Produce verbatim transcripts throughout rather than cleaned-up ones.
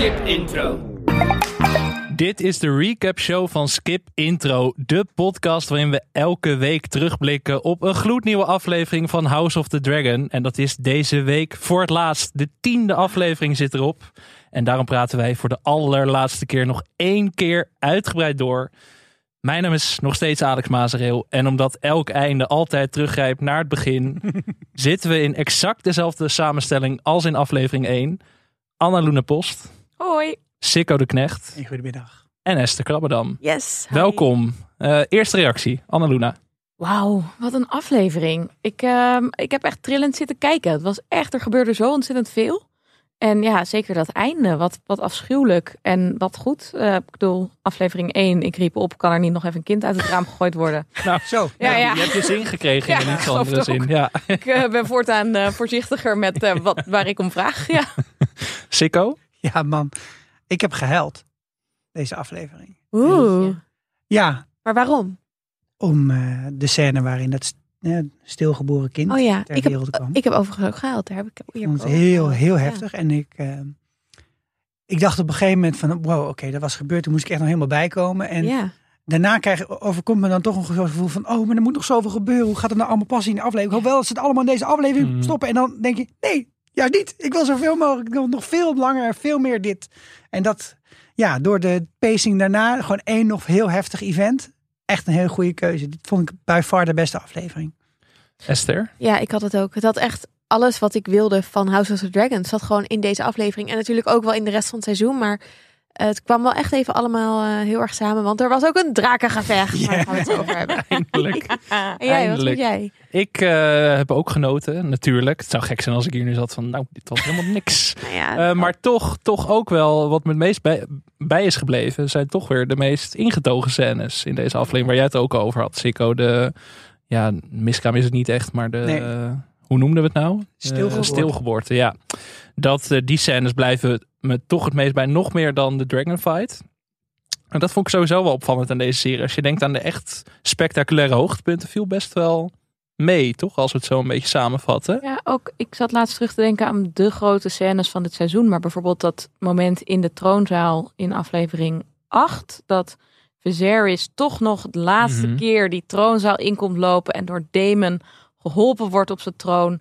Skip Intro. Dit is de recap show van Skip Intro, de podcast waarin we elke week terugblikken op een gloednieuwe aflevering van House of the Dragon. En dat is deze week voor het laatst. De tiende aflevering zit erop. En daarom praten wij voor de allerlaatste keer nog één keer uitgebreid door. Mijn naam is nog steeds Alex Mazereel. En omdat elk einde altijd teruggrijpt naar het begin, zitten we in exact dezelfde samenstelling als in aflevering één. Anna-Luna Post. Hoi. Sikko de Knecht. Een goedemiddag. En Esther Krabbedam. Yes. Hi. Welkom. Uh, eerste reactie, Anna-Luna. Wauw, wat een aflevering. Ik, uh, ik heb echt trillend zitten kijken. Het was echt, er gebeurde zo ontzettend veel. En ja, zeker dat einde. Wat, wat afschuwelijk en wat goed. Uh, ik bedoel, aflevering één. Ik riep op, kan er niet nog even een kind uit het raam gegooid worden? Nou, zo. Ja, ja, ja. Je hebt je zin gekregen in Ja, een iets andere zin. Ja. Ik uh, ben voortaan uh, voorzichtiger met uh, wat, waar ik om vraag. Ja. Sikko? Ja, man. Ik heb gehuild. Deze aflevering. Oeh. Ja. Maar waarom? Om uh, de scène waarin dat st- uh, stilgeboren kind oh ja, ter ik heb, wereld kwam. ik heb overigens ook gehaald. Daar heb ik, Ik vond het heel, heel heftig. Ja. En ik, uh, ik dacht op een gegeven moment van, wow, oké, okay, dat was gebeurd. Toen moest ik echt nog helemaal bijkomen. En ja. daarna krijg, overkomt me dan toch een gevoel van, oh, maar er moet nog zoveel gebeuren. Hoe gaat het nou allemaal passen in de aflevering? Hoewel dat ze het allemaal in deze aflevering mm. stoppen. En dan denk je, nee, juist niet. Ik wil zoveel mogelijk. Ik wil nog veel langer, veel meer dit. En dat, ja, door de pacing daarna, gewoon één nog heel heftig event. Echt een hele goede keuze. Dit vond ik by far de beste aflevering. Esther? Ja, ik had het ook. Het had echt alles wat ik wilde van House of the Dragon zat gewoon in deze aflevering. En natuurlijk ook wel in de rest van het seizoen. Maar het kwam wel echt even allemaal uh, heel erg samen. Want er was ook een drakengevecht. Yeah. Waar gaan we het over hebben. Eindelijk. En jij, wat vond jij? Ik uh, heb ook genoten, natuurlijk. Het zou gek zijn als ik hier nu zat van, nou, dit was helemaal niks. nou ja, uh, maar toch, toch ook wel wat me het meest bij, bij is gebleven, zijn toch weer de meest ingetogen scènes in deze aflevering. Waar jij het ook over had, Sikko. De, ja, miskraam is het niet echt, maar de... Nee. Uh, hoe noemden we het nou? Stilgeboorte. Uh, stilgeboorte, ja. Dat uh, die scènes blijven me toch het meest bij, nog meer dan de Dragonfight. En dat vond ik sowieso wel opvallend aan deze serie. Als je denkt aan de echt spectaculaire hoogtepunten, viel best wel mee, toch? Als we het zo een beetje samenvatten. Ja, ook. Ik zat laatst terug te denken aan de grote scènes van dit seizoen. Maar bijvoorbeeld dat moment in de troonzaal in aflevering acht. Dat Viserys toch nog de laatste mm-hmm. keer die troonzaal in komt lopen en door Daemon geholpen wordt op zijn troon.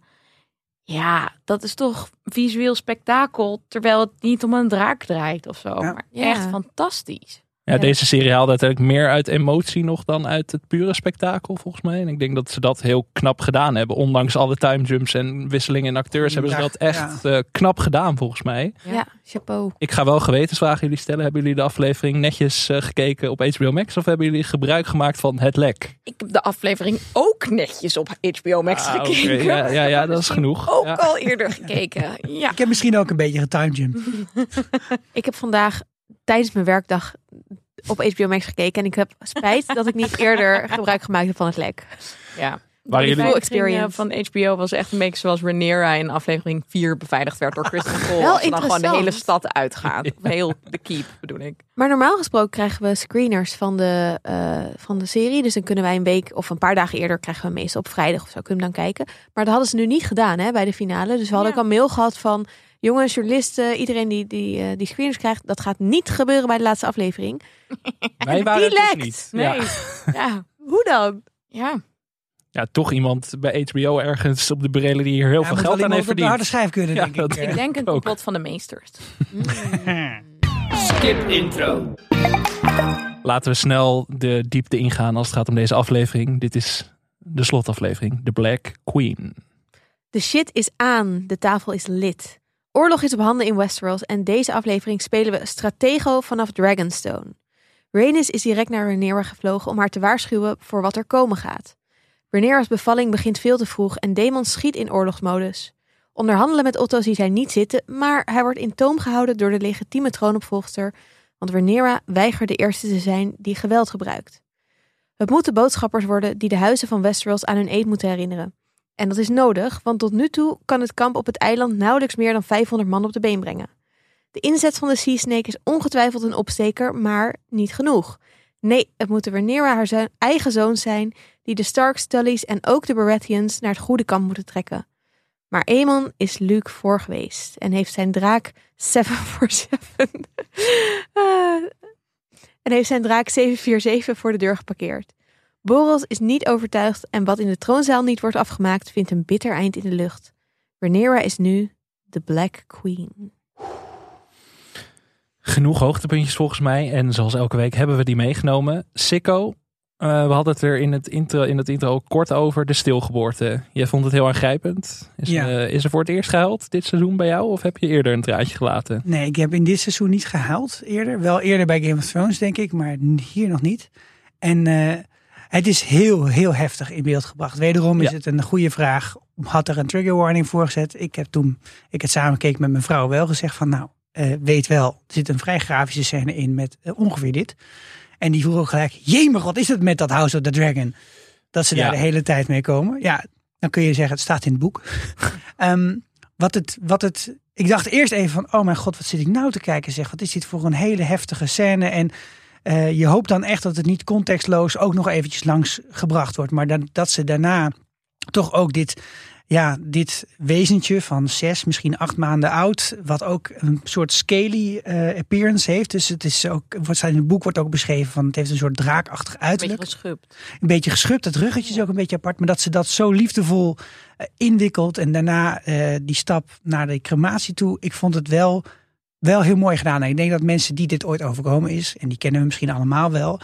Ja, dat is toch visueel spektakel, terwijl het niet om een draak draait of zo. Ja. Maar echt ja. fantastisch. Ja, deze serie haalde uiteindelijk meer uit emotie nog dan uit het pure spektakel, volgens mij. En ik denk dat ze dat heel knap gedaan hebben. Ondanks alle timejumps en wisselingen in acteurs, ja, hebben ze dat echt ja. uh, knap gedaan, volgens mij. Ja, chapeau. Ik ga wel gewetensvragen jullie stellen. Hebben jullie de aflevering netjes uh, gekeken op H B O Max? Of hebben jullie gebruik gemaakt van het lek? Ik heb de aflevering ook netjes op H B O Max ah, gekeken. Okay. Ja, ja, ja, dat is genoeg. Ook ja. al eerder gekeken. Ja. Ik heb misschien ook een beetje getimejumpt. Ik heb vandaag tijdens mijn werkdag op H B O Max gekeken en ik heb spijt dat ik niet eerder gebruik gemaakt heb van het lek. Ja. Waren de jullie... full experience van H B O was echt een beetje zoals Rhaenyra in aflevering vier beveiligd werd door Kristen Cole. Wel en dan gewoon de hele stad uitgaan. Ja. Heel de keep bedoel ik. Maar normaal gesproken krijgen we screeners van de, uh, van de serie. Dus dan kunnen wij een week of een paar dagen eerder krijgen we meestal op vrijdag of zo kunnen we dan kijken. Maar dat hadden ze nu niet gedaan hè, bij de finale. Dus we hadden ja. ook al mail gehad van jongens, journalisten, iedereen die, die, uh, die screeners krijgt. Dat gaat niet gebeuren bij de laatste aflevering. Wij waren het dus niet. Nee. Ja. ja, hoe dan? Ja. Ja, toch iemand bij H B O ergens op de brelen die hier heel ja, veel geld aan heeft verdiend. De harde schijf kunnen, ja, denk ik. Ik denk een complot van de meesters. Mm. Skip intro. Laten we snel de diepte ingaan als het gaat om deze aflevering. Dit is de slotaflevering, The Black Queen. De shit is aan, de tafel is lit. Oorlog is op handen in Westeros en deze aflevering spelen we Stratego vanaf Dragonstone. Rhaenys is direct naar Rhaenyra gevlogen om haar te waarschuwen voor wat er komen gaat. Rhaenyra's bevalling begint veel te vroeg en Daemon schiet in oorlogsmodus. Onderhandelen met Otto ziet hij niet zitten, maar hij wordt in toom gehouden door de legitieme troonopvolgster, want Rhaenyra weigert de eerste te zijn die geweld gebruikt. Het moeten boodschappers worden die de huizen van Westeros aan hun eed moeten herinneren. En dat is nodig, want tot nu toe kan het kamp op het eiland nauwelijks meer dan vijfhonderd man op de been brengen. De inzet van de Sea Snake is ongetwijfeld een opsteker, maar niet genoeg. Nee, het moeten Rhaenyra haar zo- eigen zoons zijn die de Starks, Tullys en ook de Baratheons naar het goede kamp moeten trekken. Maar Aemon is Luke voor geweest en heeft zijn draak zeven voor zeven uh, en heeft zijn draak zeven vier zeven voor de deur geparkeerd. Boros is niet overtuigd en wat in de troonzaal niet wordt afgemaakt vindt een bitter eind in de lucht. Rhaenyra is nu de Black Queen. Genoeg hoogtepuntjes volgens mij. En zoals elke week hebben we die meegenomen. Sikko, uh, we hadden het er in het, intro, in het intro kort over. De stilgeboorte. Jij vond het heel aangrijpend. Is, Ja. uh, is er voor het eerst gehuild dit seizoen bij jou? Of heb je eerder een traantje gelaten? Nee, ik heb in dit seizoen niet gehuild eerder. Wel eerder bij Game of Thrones, denk ik. Maar hier nog niet. En uh, het is heel, heel heftig in beeld gebracht. Wederom is Ja. het een goede vraag. Had er een trigger warning voor gezet? Ik heb toen ik het samen keek met mijn vrouw wel gezegd van... nou, uh, weet wel, er zit een vrij grafische scène in met uh, ongeveer dit. En die vroeg ook gelijk... jemig, wat is het met dat House of the Dragon? Dat ze Ja. daar de hele tijd mee komen. Ja, dan kun je zeggen, het staat in het boek. um, wat het, wat het, ik dacht eerst even van... oh mijn god, wat zit ik nou te kijken? Zeg, wat is dit voor een hele heftige scène? En uh, je hoopt dan echt dat het niet contextloos... ook nog eventjes langs gebracht wordt. Maar dan, dat ze daarna toch ook dit... ja, dit wezentje van zes, misschien acht maanden oud... wat ook een soort scaly uh, appearance heeft. Dus het is ook, wordt in het boek wordt ook beschreven... van het heeft een soort draakachtig Een uiterlijk. beetje geschupt. Een beetje geschubt, het ruggetje is ook een beetje apart... maar dat ze dat zo liefdevol uh, inwikkelt... en daarna uh, die stap naar de crematie toe... ik vond het wel, wel heel mooi gedaan. En ik denk dat mensen die dit ooit overkomen is... en die kennen we misschien allemaal wel...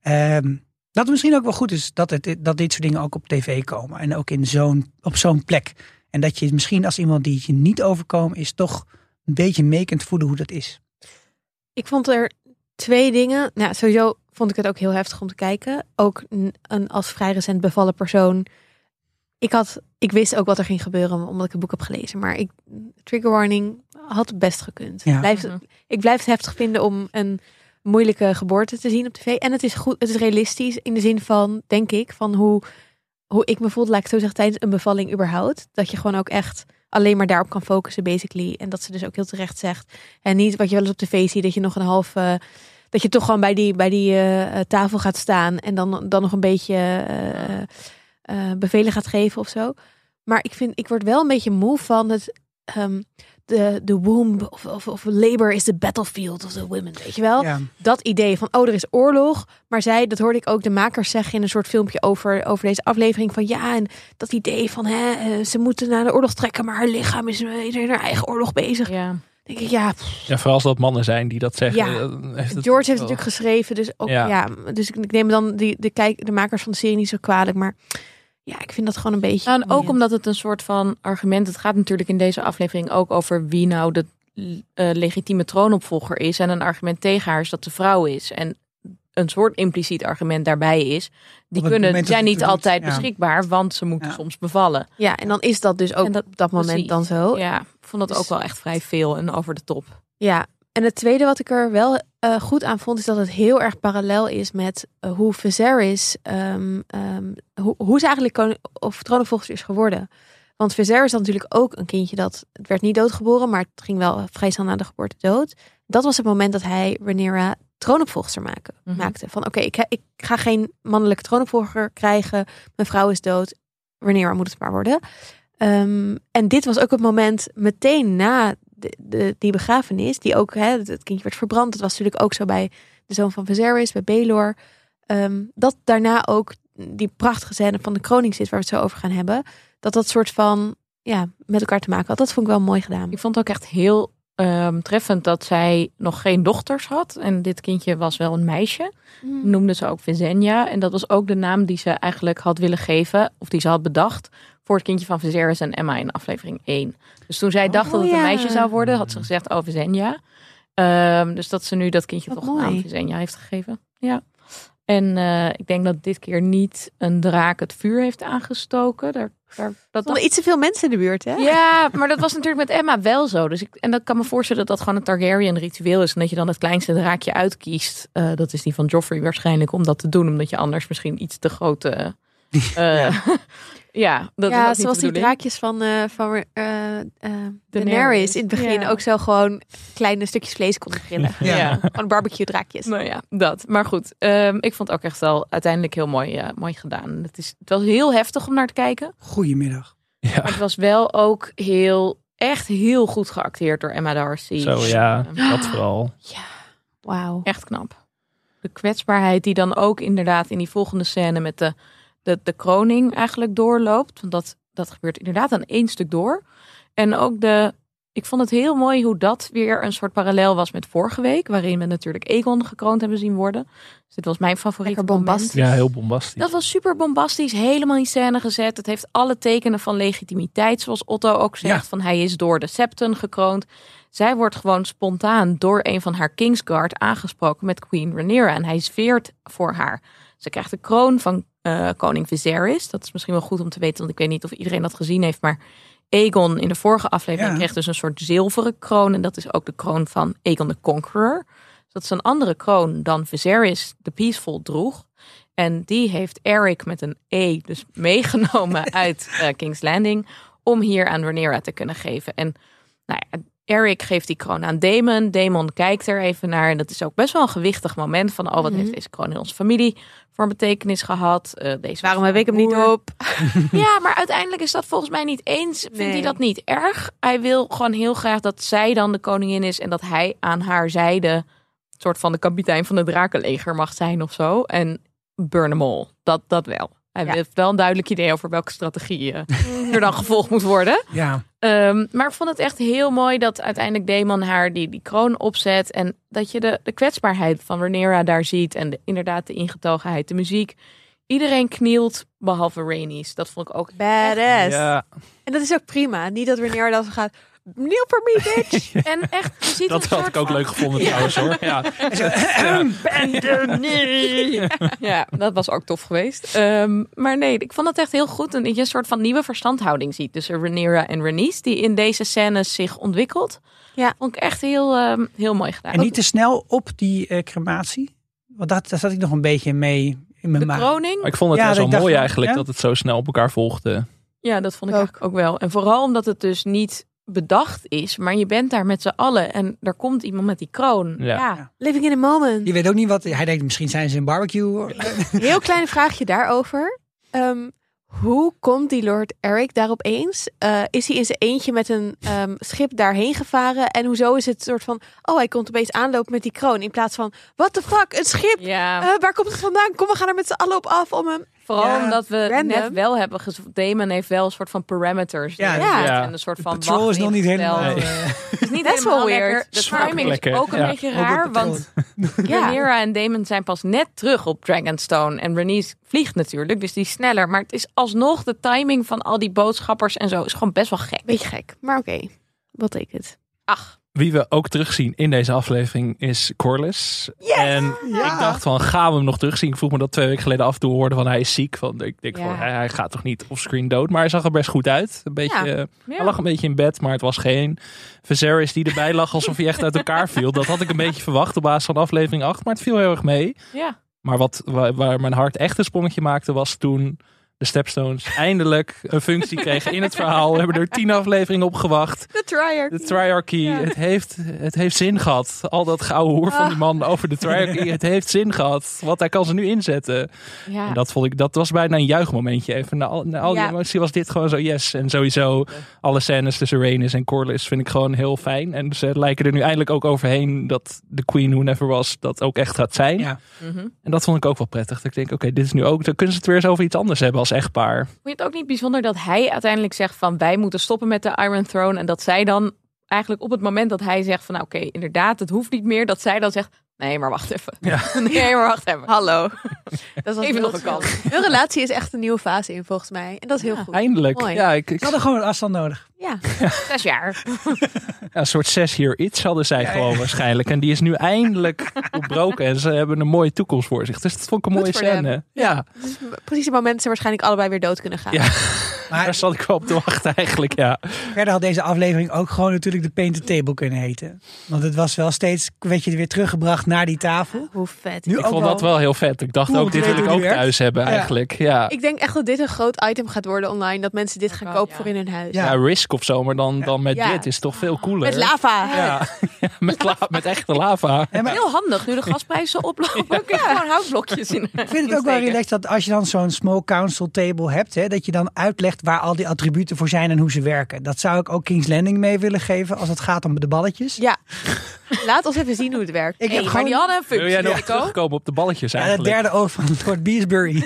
Um, dat het misschien ook wel goed is dat, het, dat dit soort dingen ook op tv komen. En ook in zo'n, op zo'n plek. En dat je misschien als iemand die het je niet overkomen is... toch een beetje mee kunt voelen hoe dat is. Ik vond er twee dingen. Nou, sowieso vond ik het ook heel heftig om te kijken. Ook een, een als vrij recent bevallen persoon. Ik, had, ik wist ook wat er ging gebeuren omdat ik het boek heb gelezen. Maar ik, trigger warning had best gekund. Ja. Blijf, Mhm. Ik blijf het heftig vinden om een moeilijke geboorte te zien op tv. En het is goed, het is realistisch in de zin van, denk ik, van hoe, hoe ik me voelde, laat ik het zo zeggen, tijdens een bevalling überhaupt. Dat je gewoon ook echt alleen maar daarop kan focussen, basically. En dat ze dus ook heel terecht zegt. En niet wat je wel eens op tv ziet, dat je nog een half... Uh, dat je toch gewoon bij die, bij die uh, tafel gaat staan en dan, dan nog een beetje uh, uh, bevelen gaat geven of zo. Maar ik vind, ik word wel een beetje moe van het... Um, de, de womb of, of, of labor is the battlefield of the women, weet je wel? Ja. Dat idee van, oh, er is oorlog. Maar zij, dat hoorde ik ook de makers zeggen in een soort filmpje over, over deze aflevering. Van ja, en dat idee van, hè, ze moeten naar de oorlog trekken, maar haar lichaam is in haar eigen oorlog bezig. Ja. Denk ik, ja. Pff, Ja, vooral als dat mannen zijn die dat zeggen. Ja. dan heeft het George heeft wel- natuurlijk geschreven, dus ook, Ja. ja. Dus ik, ik neem dan die, de, kijk, de makers van de serie niet zo kwalijk, maar ja, ik vind dat gewoon een beetje... Nou, en ook vermoeiend. omdat het een soort van argument... Het gaat natuurlijk in deze aflevering ook over wie nou de uh, legitieme troonopvolger is. En een argument tegen haar is dat de vrouw is. En een soort impliciet argument daarbij is... die het kunnen, moment dat zijn het niet doet, altijd ja. beschikbaar... want ze moeten Ja. soms bevallen. Ja, en dan is dat dus ook En dat- op dat moment precies. dan zo. Ja, ik vond dat Dus- ook wel echt vrij veel en over de top. Ja, en het tweede wat ik er wel uh, goed aan vond... is dat het heel erg parallel is met uh, hoe Viserys... Um, um, hoe, hoe ze eigenlijk koning, of troonopvolger is geworden. Want Viserys had natuurlijk ook een kindje dat... Het werd niet doodgeboren, maar het ging wel vrij snel na de geboorte dood. Dat was het moment dat hij Rhaenyra troonopvolgster maken, Mhm. maakte. Van oké, okay, ik, ik ga geen mannelijke troonopvolger krijgen. Mijn vrouw is dood. Rhaenyra moet het maar worden. Um, en dit was ook het moment meteen na... De, de, die begrafenis, die ook, hè, het kindje werd verbrand. Dat was natuurlijk ook zo bij de zoon van Viserys, bij Baelor. Um, dat daarna ook die prachtige scène van de kroning zit, waar we het zo over gaan hebben. Dat dat soort van, ja, met elkaar te maken had. Dat vond ik wel mooi gedaan. Ik vond het ook echt heel um, treffend dat zij nog geen dochters had. En dit kindje was wel een meisje. Mm. Noemde ze ook Visenya. En dat was ook de naam die ze eigenlijk had willen geven. Of die ze had bedacht. Voor het kindje van Viserys en Emma in aflevering één. Dus toen zij dacht Oh, dat het ja. een meisje zou worden, had ze gezegd, oh, Visenya. Um, dus dat ze nu dat kindje Wat toch de naam mooi. Visenya heeft gegeven. Ja. En uh, ik denk dat dit keer niet een draak het vuur heeft aangestoken. Daar, daar, dat Er iets te veel mensen in de buurt, hè? Ja, maar dat was natuurlijk met Emma wel zo. Dus ik, en dat kan me voorstellen dat dat gewoon een Targaryen ritueel is. En dat je dan het kleinste draakje uitkiest. Uh, dat is die van Joffrey waarschijnlijk om dat te doen. Omdat je anders misschien iets te grote... Uh, ja. ja, dat ja, is zoals die bedoeling. draakjes van, uh, van uh, uh, Daenerys Daenerys. in het begin Ja. ook zo gewoon kleine stukjes vlees konden grillen. Ja. Ja. Gewoon barbecue draakjes. Nou ja, dat. Maar goed, um, ik vond het ook echt wel uiteindelijk heel mooi, uh, mooi gedaan. Het, is, het was heel heftig om naar te kijken. Goedemiddag. Ja. Maar het was wel ook heel, echt heel goed geacteerd door Emma Darcy. Zo ja, Ehm, dat vooral. Wauw. Echt knap. De kwetsbaarheid die dan ook inderdaad in die volgende scène met de, de, de kroning eigenlijk doorloopt. Want dat, dat gebeurt inderdaad aan één stuk door. En ook de, ik vond het heel mooi hoe dat weer een soort parallel was met vorige week. Waarin we natuurlijk Aegon gekroond hebben zien worden. Dus dit was mijn favoriete Lekker moment. bombastisch. Ja, heel bombastisch. Dat was super bombastisch, helemaal in scène gezet. Het heeft alle tekenen van legitimiteit, zoals Otto ook zegt. Ja. Van hij is door de Septon gekroond. Zij wordt gewoon spontaan door een van haar Kingsguard aangesproken met Queen Rhaenyra. En hij zweert voor haar. Ze krijgt de kroon van uh, koning Viserys. Dat is misschien wel goed om te weten, want ik weet niet of iedereen dat gezien heeft. Maar Aegon in de vorige aflevering Ja. kreeg dus een soort zilveren kroon. En dat is ook de kroon van Aegon de Conqueror. Dus dat is een andere kroon dan Viserys de Peaceful droeg. En die heeft Eric met een E dus meegenomen uit uh, King's Landing om hier aan Rhaenyra te kunnen geven. En nou ja, Eric geeft die kroon aan Daemon. Daemon kijkt er even naar en dat is ook best wel een gewichtig moment van oh, wat Mhm. heeft deze kroon in onze familie voor een betekenis gehad? Uh, deze Waarom was heb ik hem niet broer. op? Ja, maar uiteindelijk is dat volgens mij niet eens. Vindt Nee. hij dat niet erg? Hij wil gewoon heel graag dat zij dan de koningin is en dat hij aan haar zijde soort van de kapitein van het drakenleger mag zijn of zo. En burn them all. Dat, dat wel. Hij Ja. heeft wel een duidelijk idee over welke strategie uh, er dan gevolgd moet worden. Ja. Um, maar ik vond het echt heel mooi dat uiteindelijk Daemon haar die, die kroon opzet. En dat je de, de kwetsbaarheid van Rhaenyra daar ziet. En de, inderdaad de ingetogenheid, de muziek. Iedereen knielt, behalve Rhaenys. Dat vond ik ook Badass. Ja, En dat is ook prima. Niet dat Rhaenyra dan gaat... Kneel for me, bitch. En echt, je ziet dat een had soort ik ook van- leuk gevonden trouwens hoor. Ja. Ja, dat was ook tof geweest. Um, maar nee, ik vond het echt heel goed. En dat je een soort van nieuwe verstandhouding ziet tussen Rhaenyra en Rhaenys. Die in deze scènes zich ontwikkelt. Ja. Vond ik echt heel, um, heel mooi gedaan. En niet te snel op die eh, crematie. Want dat, daar zat ik nog een beetje mee in mijn de maag. kroning. Maar ik vond het Ja, wel dat zo ik dacht mooi van, eigenlijk ja. dat het zo snel op elkaar volgde. Ja, dat vond ik Ook. eigenlijk ook wel. En vooral omdat het dus niet bedacht is. Maar je bent daar met z'n allen. En er komt iemand met die kroon. Ja. Ja. Living in a moment. Die weet ook niet wat... Hij denkt, misschien zijn ze een barbecue. Heel klein vraagje daarover. Um, hoe komt die Lord Eric daar opeens? Uh, is hij in zijn eentje met een um, schip daarheen gevaren? En hoezo is het soort van... Oh, hij komt opeens aanlopen met die kroon. In plaats van... What the fuck, een schip? Ja. Uh, waar komt het vandaan? Kom, we gaan er met z'n allen op af om hem... Vooral Ja, omdat we random. net wel hebben gezien. Damon heeft wel een soort van parameters. Ja, neergezet ja. En een soort van Patrol wacht is nog niet ingesteld. helemaal... Nee. eh, Het is niet That's helemaal wel weird. lekker. De Smakelijk timing is lekker, ook een ja. beetje Ook raar. op patrol. Want Ja. Rhaenyra en Daemon zijn pas net terug op Dragonstone. En Rhaenys vliegt natuurlijk, dus die is sneller. Maar het is alsnog de timing van al die boodschappers en zo is gewoon best wel gek. Beetje gek, maar oké. Okay. Wat take it. Ach, Wie we ook terugzien in deze aflevering is Corlys. Yes! En Ja. ik dacht van, gaan we hem nog terugzien? Ik vroeg me dat twee weken geleden af en toe hoorde van hij is ziek. Van, ik denk Ja. van, hij, hij gaat toch niet offscreen dood? Maar hij zag er best goed uit. Een beetje, Ja. eh, ja. Hij lag een beetje in bed, maar het was geen Viserys die erbij lag alsof hij echt uit elkaar viel. Dat had ik een beetje verwacht op basis van aflevering acht, maar het viel heel erg mee. Ja. Maar wat, waar, waar mijn hart echt een sprongetje maakte was toen de Stepstones eindelijk een functie kregen in het verhaal. We hebben er tien afleveringen op gewacht. De triarchy. De triarchy, Ja. het, heeft, het heeft zin gehad. Al dat gouden hoer van die man over de triarchy, het heeft zin gehad. Want hij kan ze nu inzetten. Ja. En dat vond ik, dat was bijna een juichmomentje even. Na al, na al die Ja. emotie was dit gewoon zo yes. En sowieso alle scènes tussen Rhaenys en Corlys vind ik gewoon heel fijn. En ze lijken er nu eindelijk ook overheen dat de queen who never was dat ook echt gaat zijn. Ja. Mhm. En dat vond ik ook wel prettig. Dat ik denk, oké, dit is nu ook, dan kunnen ze het weer eens over iets anders hebben als echtpaar. Vond je het ook niet bijzonder dat hij uiteindelijk zegt van wij moeten stoppen met de Iron Throne en dat zij dan eigenlijk op het moment dat hij zegt van nou, oké, inderdaad, het hoeft niet meer, dat zij dan zegt nee, maar wacht even. Ja. Nee, maar wacht even. Hallo. Dat was Even heel nog een chill. kans. Hun relatie is echt een nieuwe fase in volgens mij. En dat is heel Ja. goed. Eindelijk. Mooi. Ja, ik, Ze ik, hadden gewoon een afstand nodig. Ja. Zes jaar. ja, een soort zes year iets hadden zij gewoon waarschijnlijk. En die is nu eindelijk doorbroken. En ze hebben een mooie toekomst voor zich. Dus dat vond ik een Goed mooie voor hem. scène. Ja, Dus precies het moment dat ze waarschijnlijk allebei weer dood kunnen gaan. Ja. Maar daar zat ik wel op te wachten eigenlijk. Ja. verder had deze aflevering ook gewoon natuurlijk de Painted Table kunnen heten. Want het was wel steeds, weet je, weer teruggebracht naar die tafel. Hoe vet. Nu Ik vond dat wel heel vet. Ik dacht Cool, ook, dit ik wil weet ik hoe ook die werkt. thuis hebben Ja. eigenlijk. Ja. Ik denk echt dat dit een groot item gaat worden online. Dat mensen dit Oh gaan God, kopen ja. voor in hun huis. Ja. Ja, Risk of zo, maar dan, dan met Ja. dit is toch veel cooler. Met lava. Ja, ja, met, la- met echte lava. Ja, maar Heel handig, nu de gasprijzen oplopen. Kun je gewoon houtblokjes in. ik vind het ook wel relaxed dat als je dan zo'n small council table hebt, hè, dat je dan uitlegt uitgelegd waar al die attributen voor zijn en hoe ze werken. Dat zou ik ook King's Landing mee willen geven als het gaat om de balletjes. Ja, laat ons even zien hoe het werkt. Ik Hey, heb maar gewoon die hadden een Wil functie. jij nog Nico? terugkomen op de balletjes ja, het eigenlijk? derde oog van Lord Beesbury.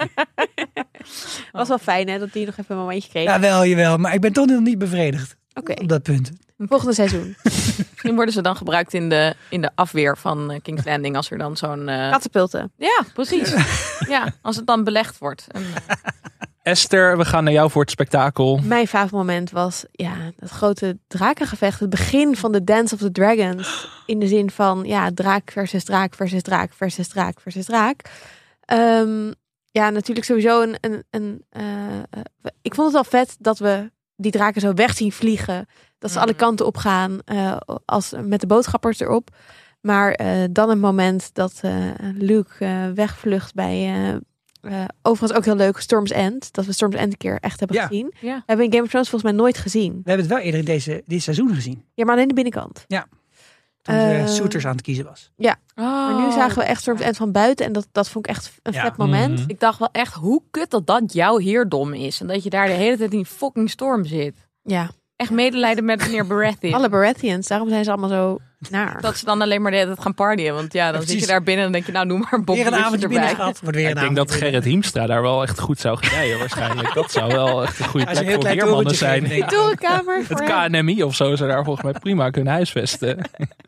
was wel fijn hè, dat die nog even een momentje kreeg. Ja, wel, jawel. Maar ik ben toch nog niet bevredigd Oké, op dat punt. volgende seizoen. Misschien worden ze dan gebruikt in de, in de afweer van uh, King's Landing. Als er dan zo'n... Uh... Katapulten. Ja, precies. Ja, als het dan belegd wordt. En, uh... Esther, we gaan naar jou voor het spektakel. Mijn favoriete moment was ja, dat grote drakengevecht. Het begin van de Dance of the Dragons. In de zin van ja, draak versus draak versus draak versus draak versus draak. Um, ja, natuurlijk sowieso een... een, een uh, uh, ik vond het wel vet dat we die draken zo weg zien vliegen. Dat ze alle kanten op gaan uh, als, met de boodschappers erop. Maar uh, dan een moment dat uh, Luke uh, wegvlucht bij... Uh, uh, overigens ook heel leuk, Storm's End. Dat we Storm's End een keer echt hebben Ja. gezien. Ja. We hebben in Game of Thrones volgens mij nooit gezien. We hebben het wel eerder in deze, dit seizoen gezien. Ja, maar alleen de binnenkant. Toen de Uh, Soeters aan het kiezen was. Oh, Maar nu zagen we echt Storm's End van buiten. En dat, dat vond ik echt een Ja. vet moment. Mhm. Ik dacht wel echt, hoe kut dat dat jouw heerdom is. En dat je daar de hele tijd in die fucking storm zit. Ja, Echt medelijden met meneer Baratheon. alle Baratheons. Daarom zijn ze allemaal zo naar. Dat ze dan alleen maar de hele tijd gaan partyen. Want ja, dan Ja, zit je precies. daar binnen en dan denk je, nou doe maar een Weer een bokje avondje binnen erbij. gehad. Wordt weer Ja, een ik denk dat avondje Gerrit Hiemstra daar wel echt goed zou gedijen waarschijnlijk. Dat zou wel echt een goede Als je een plek heel voor klein weermannen torentje zijn. geeft, denk ik. Torenkamer voor Het hem. K N M I of zo zou daar volgens mij prima kunnen huisvesten.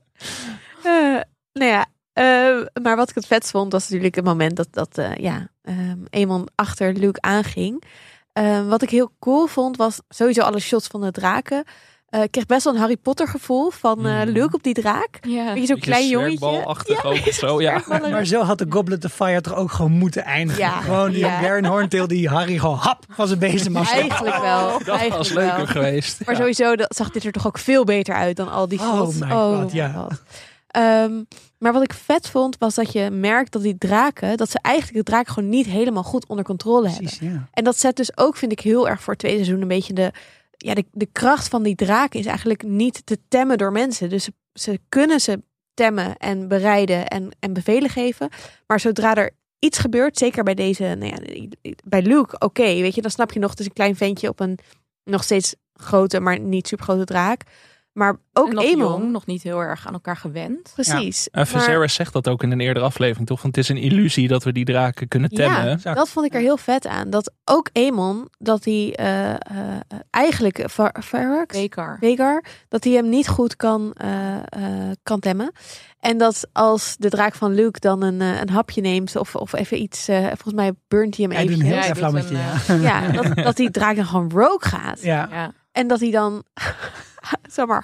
Uh, nou ja, uh, maar wat ik het vetst vond, was natuurlijk het moment dat, dat uh, ja, um, Aemon achter Luke aanging. Uh, wat ik heel cool vond, was sowieso alle shots van de draken. Uh, ik kreeg best wel een Harry Potter gevoel van uh, Mm. Luke op die draak. Ja. Weet je, zo'n klein jongetje. Zwerkbalachtig ook of zo, ja. Maar zo had de Goblet of Fire toch ook gewoon moeten eindigen. Ja. Gewoon die Ja. Garen Horntail die Harry gewoon hap van zijn bezem af. Eigenlijk wel. Dat was eigenlijk leuker wel. geweest. Maar Ja. sowieso dat, zag dit er toch ook veel beter uit dan al die Oh shots. my god, ja. God. Um, maar wat ik vet vond, was dat je merkt dat die draken, dat ze eigenlijk de draken gewoon niet helemaal goed onder controle hebben. Precies, ja. En dat zet dus ook, vind ik, heel erg voor het tweede seizoen een beetje de, ja, de, de kracht van die draken is eigenlijk niet te temmen door mensen. Dus ze, ze kunnen ze temmen en bereiden en, en bevelen geven. Maar zodra er iets gebeurt, zeker bij deze, nou ja, bij Luke, oké, okay, weet je, dan snap je nog, het is een klein ventje op een nog steeds grote, maar niet super grote draak. Maar ook En nog Aemon. jong, nog niet heel erg aan elkaar gewend. Precies. En Maar- Viserys zegt dat ook in een eerdere aflevering, toch? Want het is een illusie dat we die draken kunnen temmen. Ja, Exact. dat vond ik er heel vet aan. Dat ook Aemon, dat hij uh, uh, eigenlijk Var- Varys, Bekar. Vhagar, dat hij hem niet goed kan, uh, uh, kan temmen. En dat als de draak van Luke dan een, uh, een hapje neemt of, of even iets, uh, volgens mij burnt hij hem Hij doet een even. heel Ja, klein hij doet vlammetje, een, ja. Ja, dat, dat die draak dan gewoon rogue gaat. Ja. Ja. En dat hij dan, zeg maar,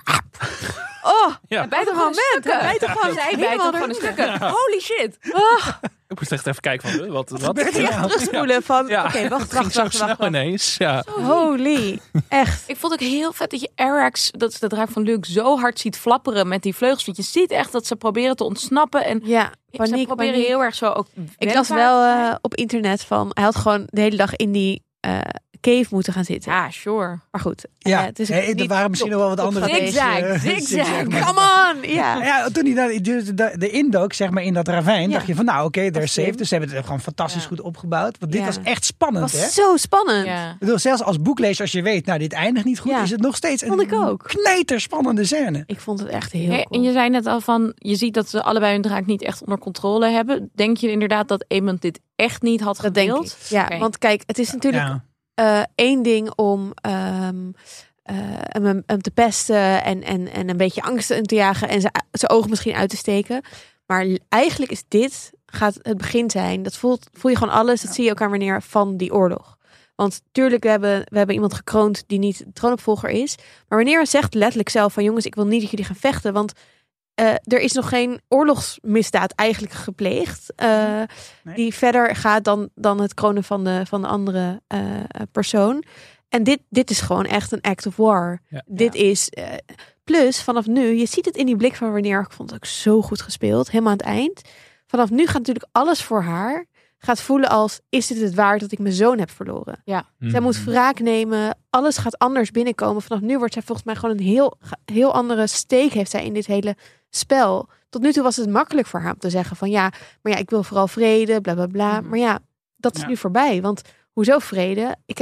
oh, Ja. Bijt wat een moment. Hij bijt er gewoon Zij bijt helemaal hem gewoon een doorheen. stukken. Holy shit. Oh, Ik moest echt even kijken van, uh, wat, wat? gebeurt er ja, nou? terugspoelen van, Ja, oké, wacht, het ging wacht, zo wacht, snel wacht, wacht. ineens. Ja. Holy, echt. Ik vond ook heel vet dat je Arax, dat is de draak van Luke, zo hard ziet flapperen met die vleugels. Want je ziet echt dat ze proberen te ontsnappen. En Ja, ze paniek, proberen paniek. heel erg zo ook Ik las wel uh, op internet van, hij had gewoon de hele dag in die uh, cave moeten gaan zitten. Ja, sure. Maar goed. Ja, uh, het is hey, er niet waren misschien top- nog wel wat top andere geweest. Zigzag, tips, eh, zigzag. maar- Come on! Ja. Ja, toen hij daar de, de, de indook, zeg maar, in dat ravijn, Ja. dacht je van, nou, oké, okay, they're Dat is safe. slim. Dus ze hebben het gewoon fantastisch Ja. goed opgebouwd. Want dit Ja. was echt Het spannend, hè? was zo spannend. Ja. Ik bedoel, zelfs als boeklezer, als je weet, nou, dit eindigt niet goed, Ja. is het nog steeds Vond ik een ook. knijterspannende scène. Ik vond het echt heel Hey, cool. en je zei net al van, je ziet dat ze allebei hun draak niet echt onder controle hebben. Denk je inderdaad dat Aemon dit echt niet had Dat denk gewild? ik. Ja, Oké. want kijk, het is natuurlijk Ja. uh, één ding om um, uh, hem, hem te pesten en, en, en een beetje angst in te jagen en zijn zijn ogen misschien uit te steken. Maar eigenlijk is dit, gaat het begin zijn, dat voelt, voel je gewoon alles, dat zie je elkaar wanneer van die oorlog. Want tuurlijk, we hebben, we hebben iemand gekroond die niet troonopvolger is. Maar wanneer hij zegt letterlijk zelf van jongens, ik wil niet dat jullie gaan vechten, want Uh, er is nog geen oorlogsmisdaad eigenlijk gepleegd. Uh, Nee. Die verder gaat dan, dan het kronen van de, van de andere uh, persoon. En dit, dit is gewoon echt een act of war. Ja. Dit is... Uh, plus, vanaf nu, je ziet het in die blik van Rhaenyra. Ik vond het ook zo goed gespeeld. Helemaal aan het eind. Vanaf nu gaat natuurlijk alles voor haar. Gaat voelen als, is dit het waard dat ik mijn zoon heb verloren? Zij moet wraak nemen. Alles gaat anders binnenkomen. Vanaf nu wordt zij volgens mij gewoon een heel, heel andere steek heeft zij in dit hele spel. Tot nu toe was het makkelijk voor haar om te zeggen van ja, maar ja, ik wil vooral vrede, bla bla bla. Mhm. Maar ja, dat is Ja. nu voorbij. Want hoezo vrede? Ik heb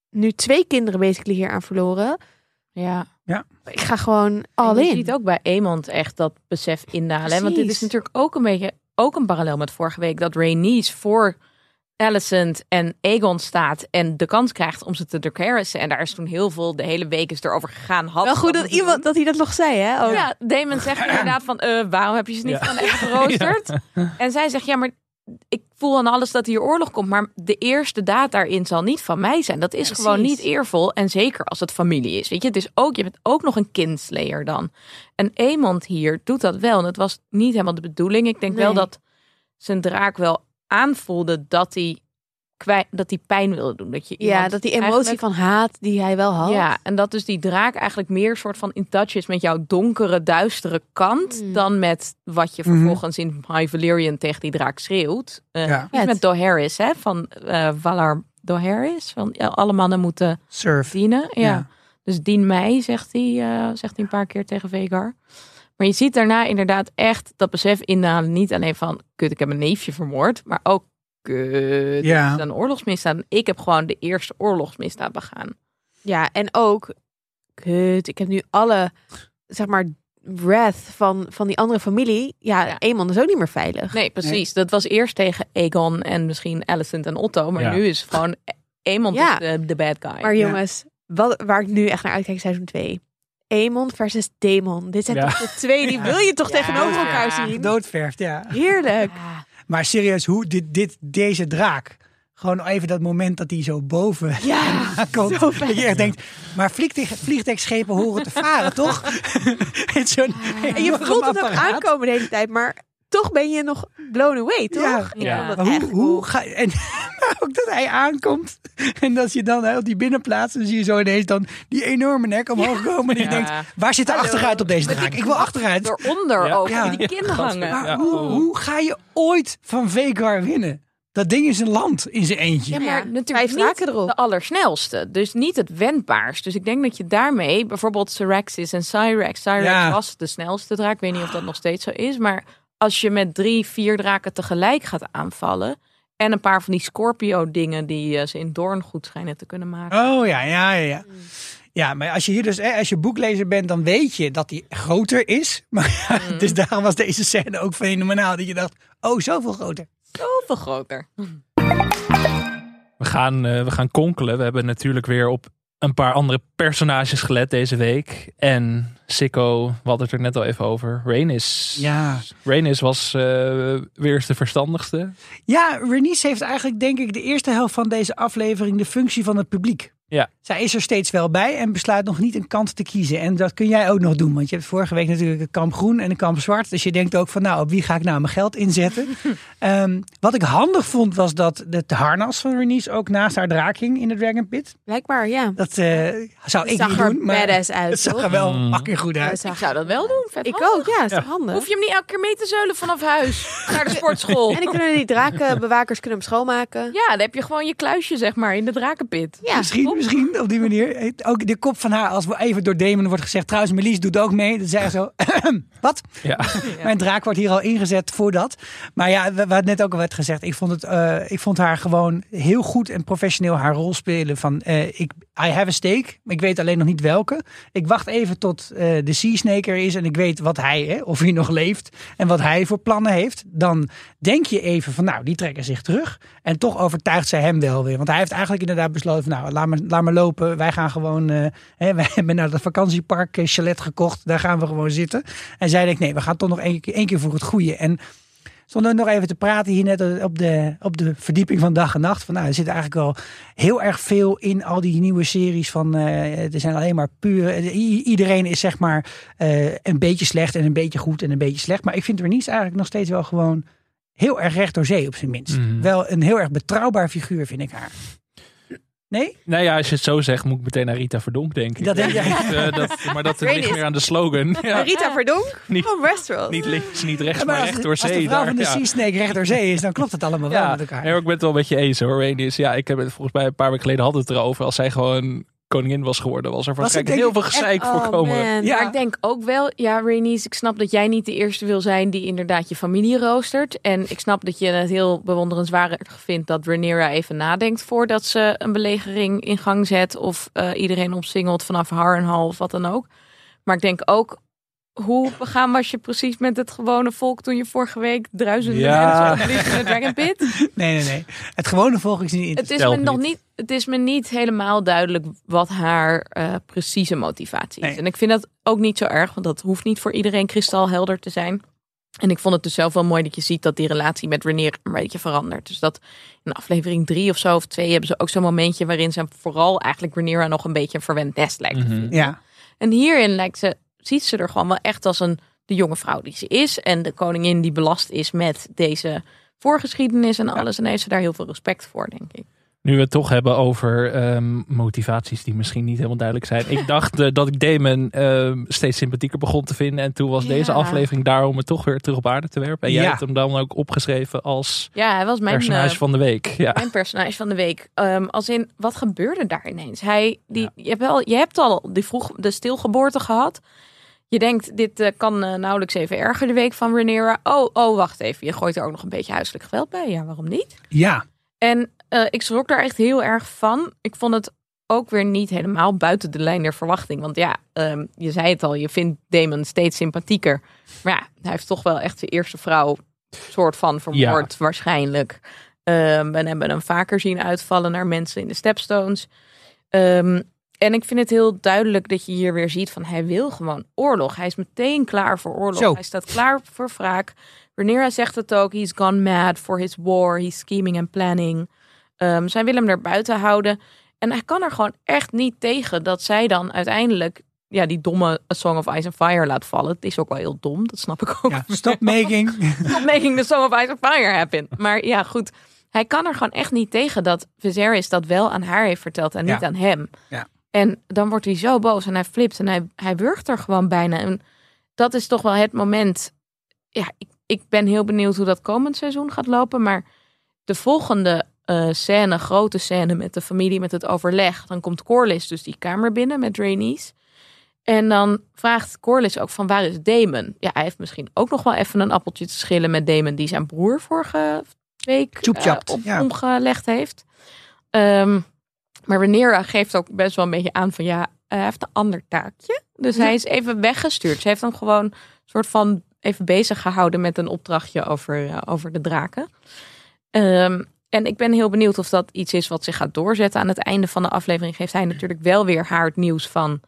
nu twee kinderen basically hier aan verloren. Ja. Ik ga gewoon all en je in. ziet ook bij Aemond echt dat besef indalen. Hè? Want dit Precies. is natuurlijk ook een beetje ook een parallel met vorige week. Dat Rhaenys voor Alicent en Aegon staat en de kans krijgt om ze te Dracarys. En daar is toen heel veel, de hele week is erover gegaan. Had Wel goed dat moeten iemand doen. dat hij dat nog zei, hè? Oh. Ja, Daemon zegt inderdaad van, uh, waarom heb je ze niet Ja. gewoon even geroosterd? En zij zegt, ja, maar ik voel aan alles dat hier oorlog komt. Maar de eerste daad daarin zal niet van mij zijn. Dat is Precies. gewoon niet eervol. En zeker als het familie is. Weet je, het is ook, je bent ook nog een kindslayer dan. En Aemond hier doet dat wel. En het was niet helemaal de bedoeling. Ik denk Nee. wel dat zijn draak wel aanvoelde dat hij kwijt, dat hij pijn wilde doen. Dat je Ja, iemand dat die emotie eigenlijk- van haat die hij wel had. ja, en dat dus die draak eigenlijk meer soort van in touch is met jouw donkere, duistere kant Mm. dan met wat je Mhm. vervolgens in High Valyrian tegen die draak schreeuwt. Uh, Ja. Iets met Dohaeris, hè, van eh Valar Dohaeris, van ja, alle mannen moeten Surf. dienen. Ja. Ja. Dus dien mij, zegt hij, uh, zegt hij een paar keer tegen Vhagar. Maar je ziet daarna inderdaad echt dat besef indalen, niet alleen van, kut, ik heb mijn neefje vermoord, maar ook, kut, Ja. dit is een oorlogsmisdaad. Ik heb gewoon de eerste oorlogsmisdaad begaan. Ja, en ook, kut, ik heb nu alle, zeg maar, wrath van, van die andere familie. Ja, Ja. Aemon is ook niet meer veilig. Nee, precies. Dat was eerst tegen Aegon en misschien Alicent en Otto. Maar Ja. nu is het gewoon Aemon Ja. is de, de bad guy. Maar jongens, wat, waar ik nu echt naar uitkijk, seizoen twee. Aemon versus Daemon. Dit zijn Ja. toch de twee, die wil je toch Ja. tegenover elkaar Ja. zien? Doodverft, ja. Heerlijk. Ja. Maar serieus, hoe dit, dit, deze draak... Gewoon even dat moment dat hij zo boven Ja, aankomt. zo vet. Dat je echt denkt, maar vliegtuig, vliegtuigschepen horen te varen, toch? Het is zo'n En je voelt het ook aankomen de hele tijd, maar toch ben je nog blown away, toch? Ja. Ik Ja. vond dat Maar hoe, echt hoe cool. ga en maar ook dat hij aankomt en dat je dan hè, op die binnenplaats dan zie je zo ineens dan die enorme nek omhoog komen en je Ja. denkt, waar zit de Hallo. achteruit op deze Met draak? die Ik wil achteruit. Eronder Ja. ook, Ja. die kin Ja, hangen. Ja. Maar hoe, hoe ga je ooit van Vhagar winnen? Dat ding is een land in zijn eentje. Ja, Ja, maar vijf natuurlijk draken niet erop. de allersnelste. Dus niet het wendbaarst. Dus ik denk dat je daarmee, bijvoorbeeld Syraxis en Syrax. Syrax Ja. was de snelste draak. Ik weet niet of dat nog steeds zo is. Maar als je met drie, vier draken tegelijk gaat aanvallen. En een paar van die Scorpio dingen die uh, ze in Doorn goed schijnen te kunnen maken. Oh ja, ja, ja. ja. Ja, maar als je hier dus, hè, als je boeklezer bent, dan weet je dat hij groter is. Maar ja, Mm. dus daarom was deze scène ook fenomenaal. Dat je dacht, oh, zoveel groter. Zoveel groter. We gaan, uh, we gaan konkelen. We hebben natuurlijk weer op een paar andere personages gelet deze week. En Sikko, we hadden het er net al even over. Rhaenys. Ja. Rhaenys was uh, weer eens de verstandigste. Ja, Rhaenys heeft eigenlijk denk ik de eerste helft van deze aflevering de functie van het publiek. Ja. Zij is er steeds wel bij en besluit nog niet een kant te kiezen. En dat kun jij ook nog doen. Want je hebt vorige week natuurlijk een kamp groen en een kamp zwart. Dus je denkt ook van nou, op wie ga ik nou mijn geld inzetten? um, wat ik handig vond was dat het harnas van Rhaenys ook naast haar draak hing in de Dragon Pit. Blijkbaar, ja. Dat uh, zou Het ik zag niet er doen. Maar badass uit, het zag toch? er wel Mm. fucking goed Ja, uit. het zag- Ik zou dat wel doen. Vet Ik handig. ook, ja. Is Ja. handig. Hoef je hem niet elke keer mee te zeulen vanaf huis naar de sportschool. En dan kunnen die drakenbewakers kunnen hem schoonmaken. Ja, dan heb je gewoon je kluisje, zeg maar, in de drakenpit. Ja, Misschien, misschien op die manier. Ook de kop van haar, als we even door Daemon wordt gezegd. Trouwens, Melis doet ook mee. Dan zeggen zo, wat? Ja. Mijn draak wordt hier al ingezet voor dat. Maar ja, we, we hadden net ook al werd gezegd. Ik vond, het, uh, ik vond haar gewoon heel goed en professioneel haar rol spelen. Van, uh, ik, I have a stake. Ik weet alleen nog niet welke. Ik wacht even tot uh, de Sea Snake er is. En ik weet wat hij, hè, of hij nog leeft. En wat hij voor plannen heeft. Dan denk je even van, nou, die trekken zich terug. En toch overtuigt zij hem wel weer. Want hij heeft eigenlijk inderdaad besloten van, nou, laat maar, laat maar lopen. Wij gaan gewoon, uh, hè, wij hebben naar het vakantiepark uh, chalet gekocht. Daar gaan we gewoon zitten. En zij denkt, nee, we gaan toch nog één keer, één keer voor het goede. En stonden we nog even te praten hier net op de, op de verdieping van dag en nacht. Van, nou, er zit eigenlijk wel heel erg veel in al die nieuwe series. Van, uh, er zijn alleen maar puur. I- iedereen is zeg maar uh, een beetje slecht en een beetje goed en een beetje slecht. Maar ik vind Rhaenys eigenlijk nog steeds wel gewoon heel erg recht door zee op zijn minst. Mm. Wel een heel erg betrouwbaar figuur vind ik haar. Nee? Nou ja, als je het zo zegt, moet ik meteen naar Rita Verdonk denken. Dat denk jij. Uh, dat, maar dat ligt Rhaenys. meer aan de slogan. Ja. Rita Verdonk Niet- van Westeros. Niet links, niet rechts, Ja, maar, maar recht als, door als zee. de vrouw daar, van de ja. Sea Snake recht door zee is, dan klopt het allemaal wel Ja, met elkaar. nee, ik ben het wel met je eens hoor. Rhaenys, ja, ik heb het volgens mij een paar weken geleden hadden we het erover. Als zij gewoon koningin was geworden, was er Was het waarschijnlijk heel denk veel ik gezeik Oh, voorkomen. man. Ja. Maar ik denk ook wel, ja, Rhaenys, ik snap dat jij niet de eerste wil zijn die inderdaad je familie roostert. En ik snap dat je het heel bewonderenswaardig vindt dat Rhaenyra even nadenkt voordat ze een belegering in gang zet. Of uh, iedereen omsingelt vanaf Harrenhal of wat dan ook. Maar ik denk ook, hoe begaan was je precies met het gewone volk toen je vorige week duizenden Ja. mensen opliep in de Dragon Pit? Nee, nee, nee. Het gewone volk is niet in. Het is, Stelt me nog niet. niet, het is me niet helemaal duidelijk wat haar uh, precieze motivatie is. Nee. En ik vind dat ook niet zo erg, want dat hoeft niet voor iedereen kristalhelder te zijn. En ik vond het dus zelf wel mooi dat je ziet dat die relatie met Rhaenyra een beetje verandert. Dus dat in aflevering drie of zo of twee hebben ze ook zo'n momentje waarin ze vooral eigenlijk Rhaenyra nog een beetje een verwend nest lijkt te Mhm. vinden. Ja, En hierin lijkt ze, ziet ze er gewoon wel echt als een de jonge vrouw die ze is. En de koningin die belast is met deze voorgeschiedenis en alles. En heeft ze daar heel veel respect voor, denk ik. Nu we het toch hebben over um, motivaties die misschien niet helemaal duidelijk zijn. Ik dacht uh, dat ik Daemon uh, steeds sympathieker begon te vinden. En toen was Ja. deze aflevering daar om het toch weer terug op aarde te werpen. En jij Ja. hebt hem dan ook opgeschreven als Ja, hij was mijn personage uh, van de week. Ja. Mijn personage van de week. Um, als in, wat gebeurde daar ineens? Hij, die, ja. je, hebt wel, je hebt al die vroeg de stilgeboorte gehad. Je denkt, dit uh, kan uh, nauwelijks even erger de week van Rhaenyra. Oh, oh, wacht even. Je gooit er ook nog een beetje huiselijk geweld bij. Ja, waarom niet? ja. En uh, ik schrok daar echt heel erg van. Ik vond het ook weer niet helemaal buiten de lijn der verwachting. Want ja, um, je zei het al, je vindt Daemon steeds sympathieker. Maar ja, hij heeft toch wel echt de eerste vrouw soort van vermoord, ja. waarschijnlijk. Um, we hebben hem vaker zien uitvallen naar mensen in de Stepstones. Um, en ik vind het heel duidelijk dat je hier weer ziet van hij wil gewoon oorlog. Hij is meteen klaar voor oorlog. Zo. Hij staat klaar voor wraak. Rhaenyra zegt het ook. He's gone mad for his war. He's scheming and planning. Um, zij willen hem er buiten houden. En hij kan er gewoon echt niet tegen dat zij dan uiteindelijk ja, die domme A Song of Ice and Fire laat vallen. Het is ook wel heel dom, dat snap ik ook. Ja, stop making. Stop making the Song of Ice and Fire happen. Maar ja, goed. Hij kan er gewoon echt niet tegen dat Viserys dat wel aan haar heeft verteld en niet Ja. aan hem. Ja. En dan wordt hij zo boos en hij flipt en hij, hij wurgt er gewoon bijna. En dat is toch wel het moment. Ja, ik, ik ben heel benieuwd hoe dat komend seizoen gaat lopen. Maar de volgende uh, scène, grote scène met de familie, met het overleg. Dan komt Corlys dus die kamer binnen met Rhaenys. En dan vraagt Corlys ook van waar is Daemon? Ja, hij heeft misschien ook nog wel even een appeltje te schillen met Daemon die zijn broer vorige week uh, op, ja. omgelegd heeft. Um, maar Rhaenyra geeft ook best wel een beetje aan van ja, hij heeft een ander taakje. Dus ja. hij is even weggestuurd. Ze heeft hem gewoon een soort van even bezig gehouden met een opdrachtje over, uh, over de draken. Um, en ik ben heel benieuwd of dat iets is wat zich gaat doorzetten. Aan het einde van de aflevering geeft hij natuurlijk wel weer haar het nieuws van,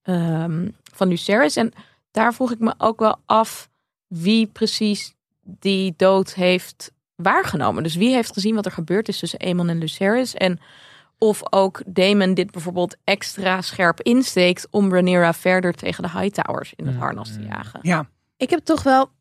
um, van Lucerys. En daar vroeg ik me ook wel af wie precies die dood heeft waargenomen. Dus wie heeft gezien wat er gebeurd is tussen Aemon en Lucerys. En of ook Daemon dit bijvoorbeeld extra scherp insteekt om Rhaenyra verder tegen de Hightowers in het harnas te jagen. Ja. Ik heb toch wel,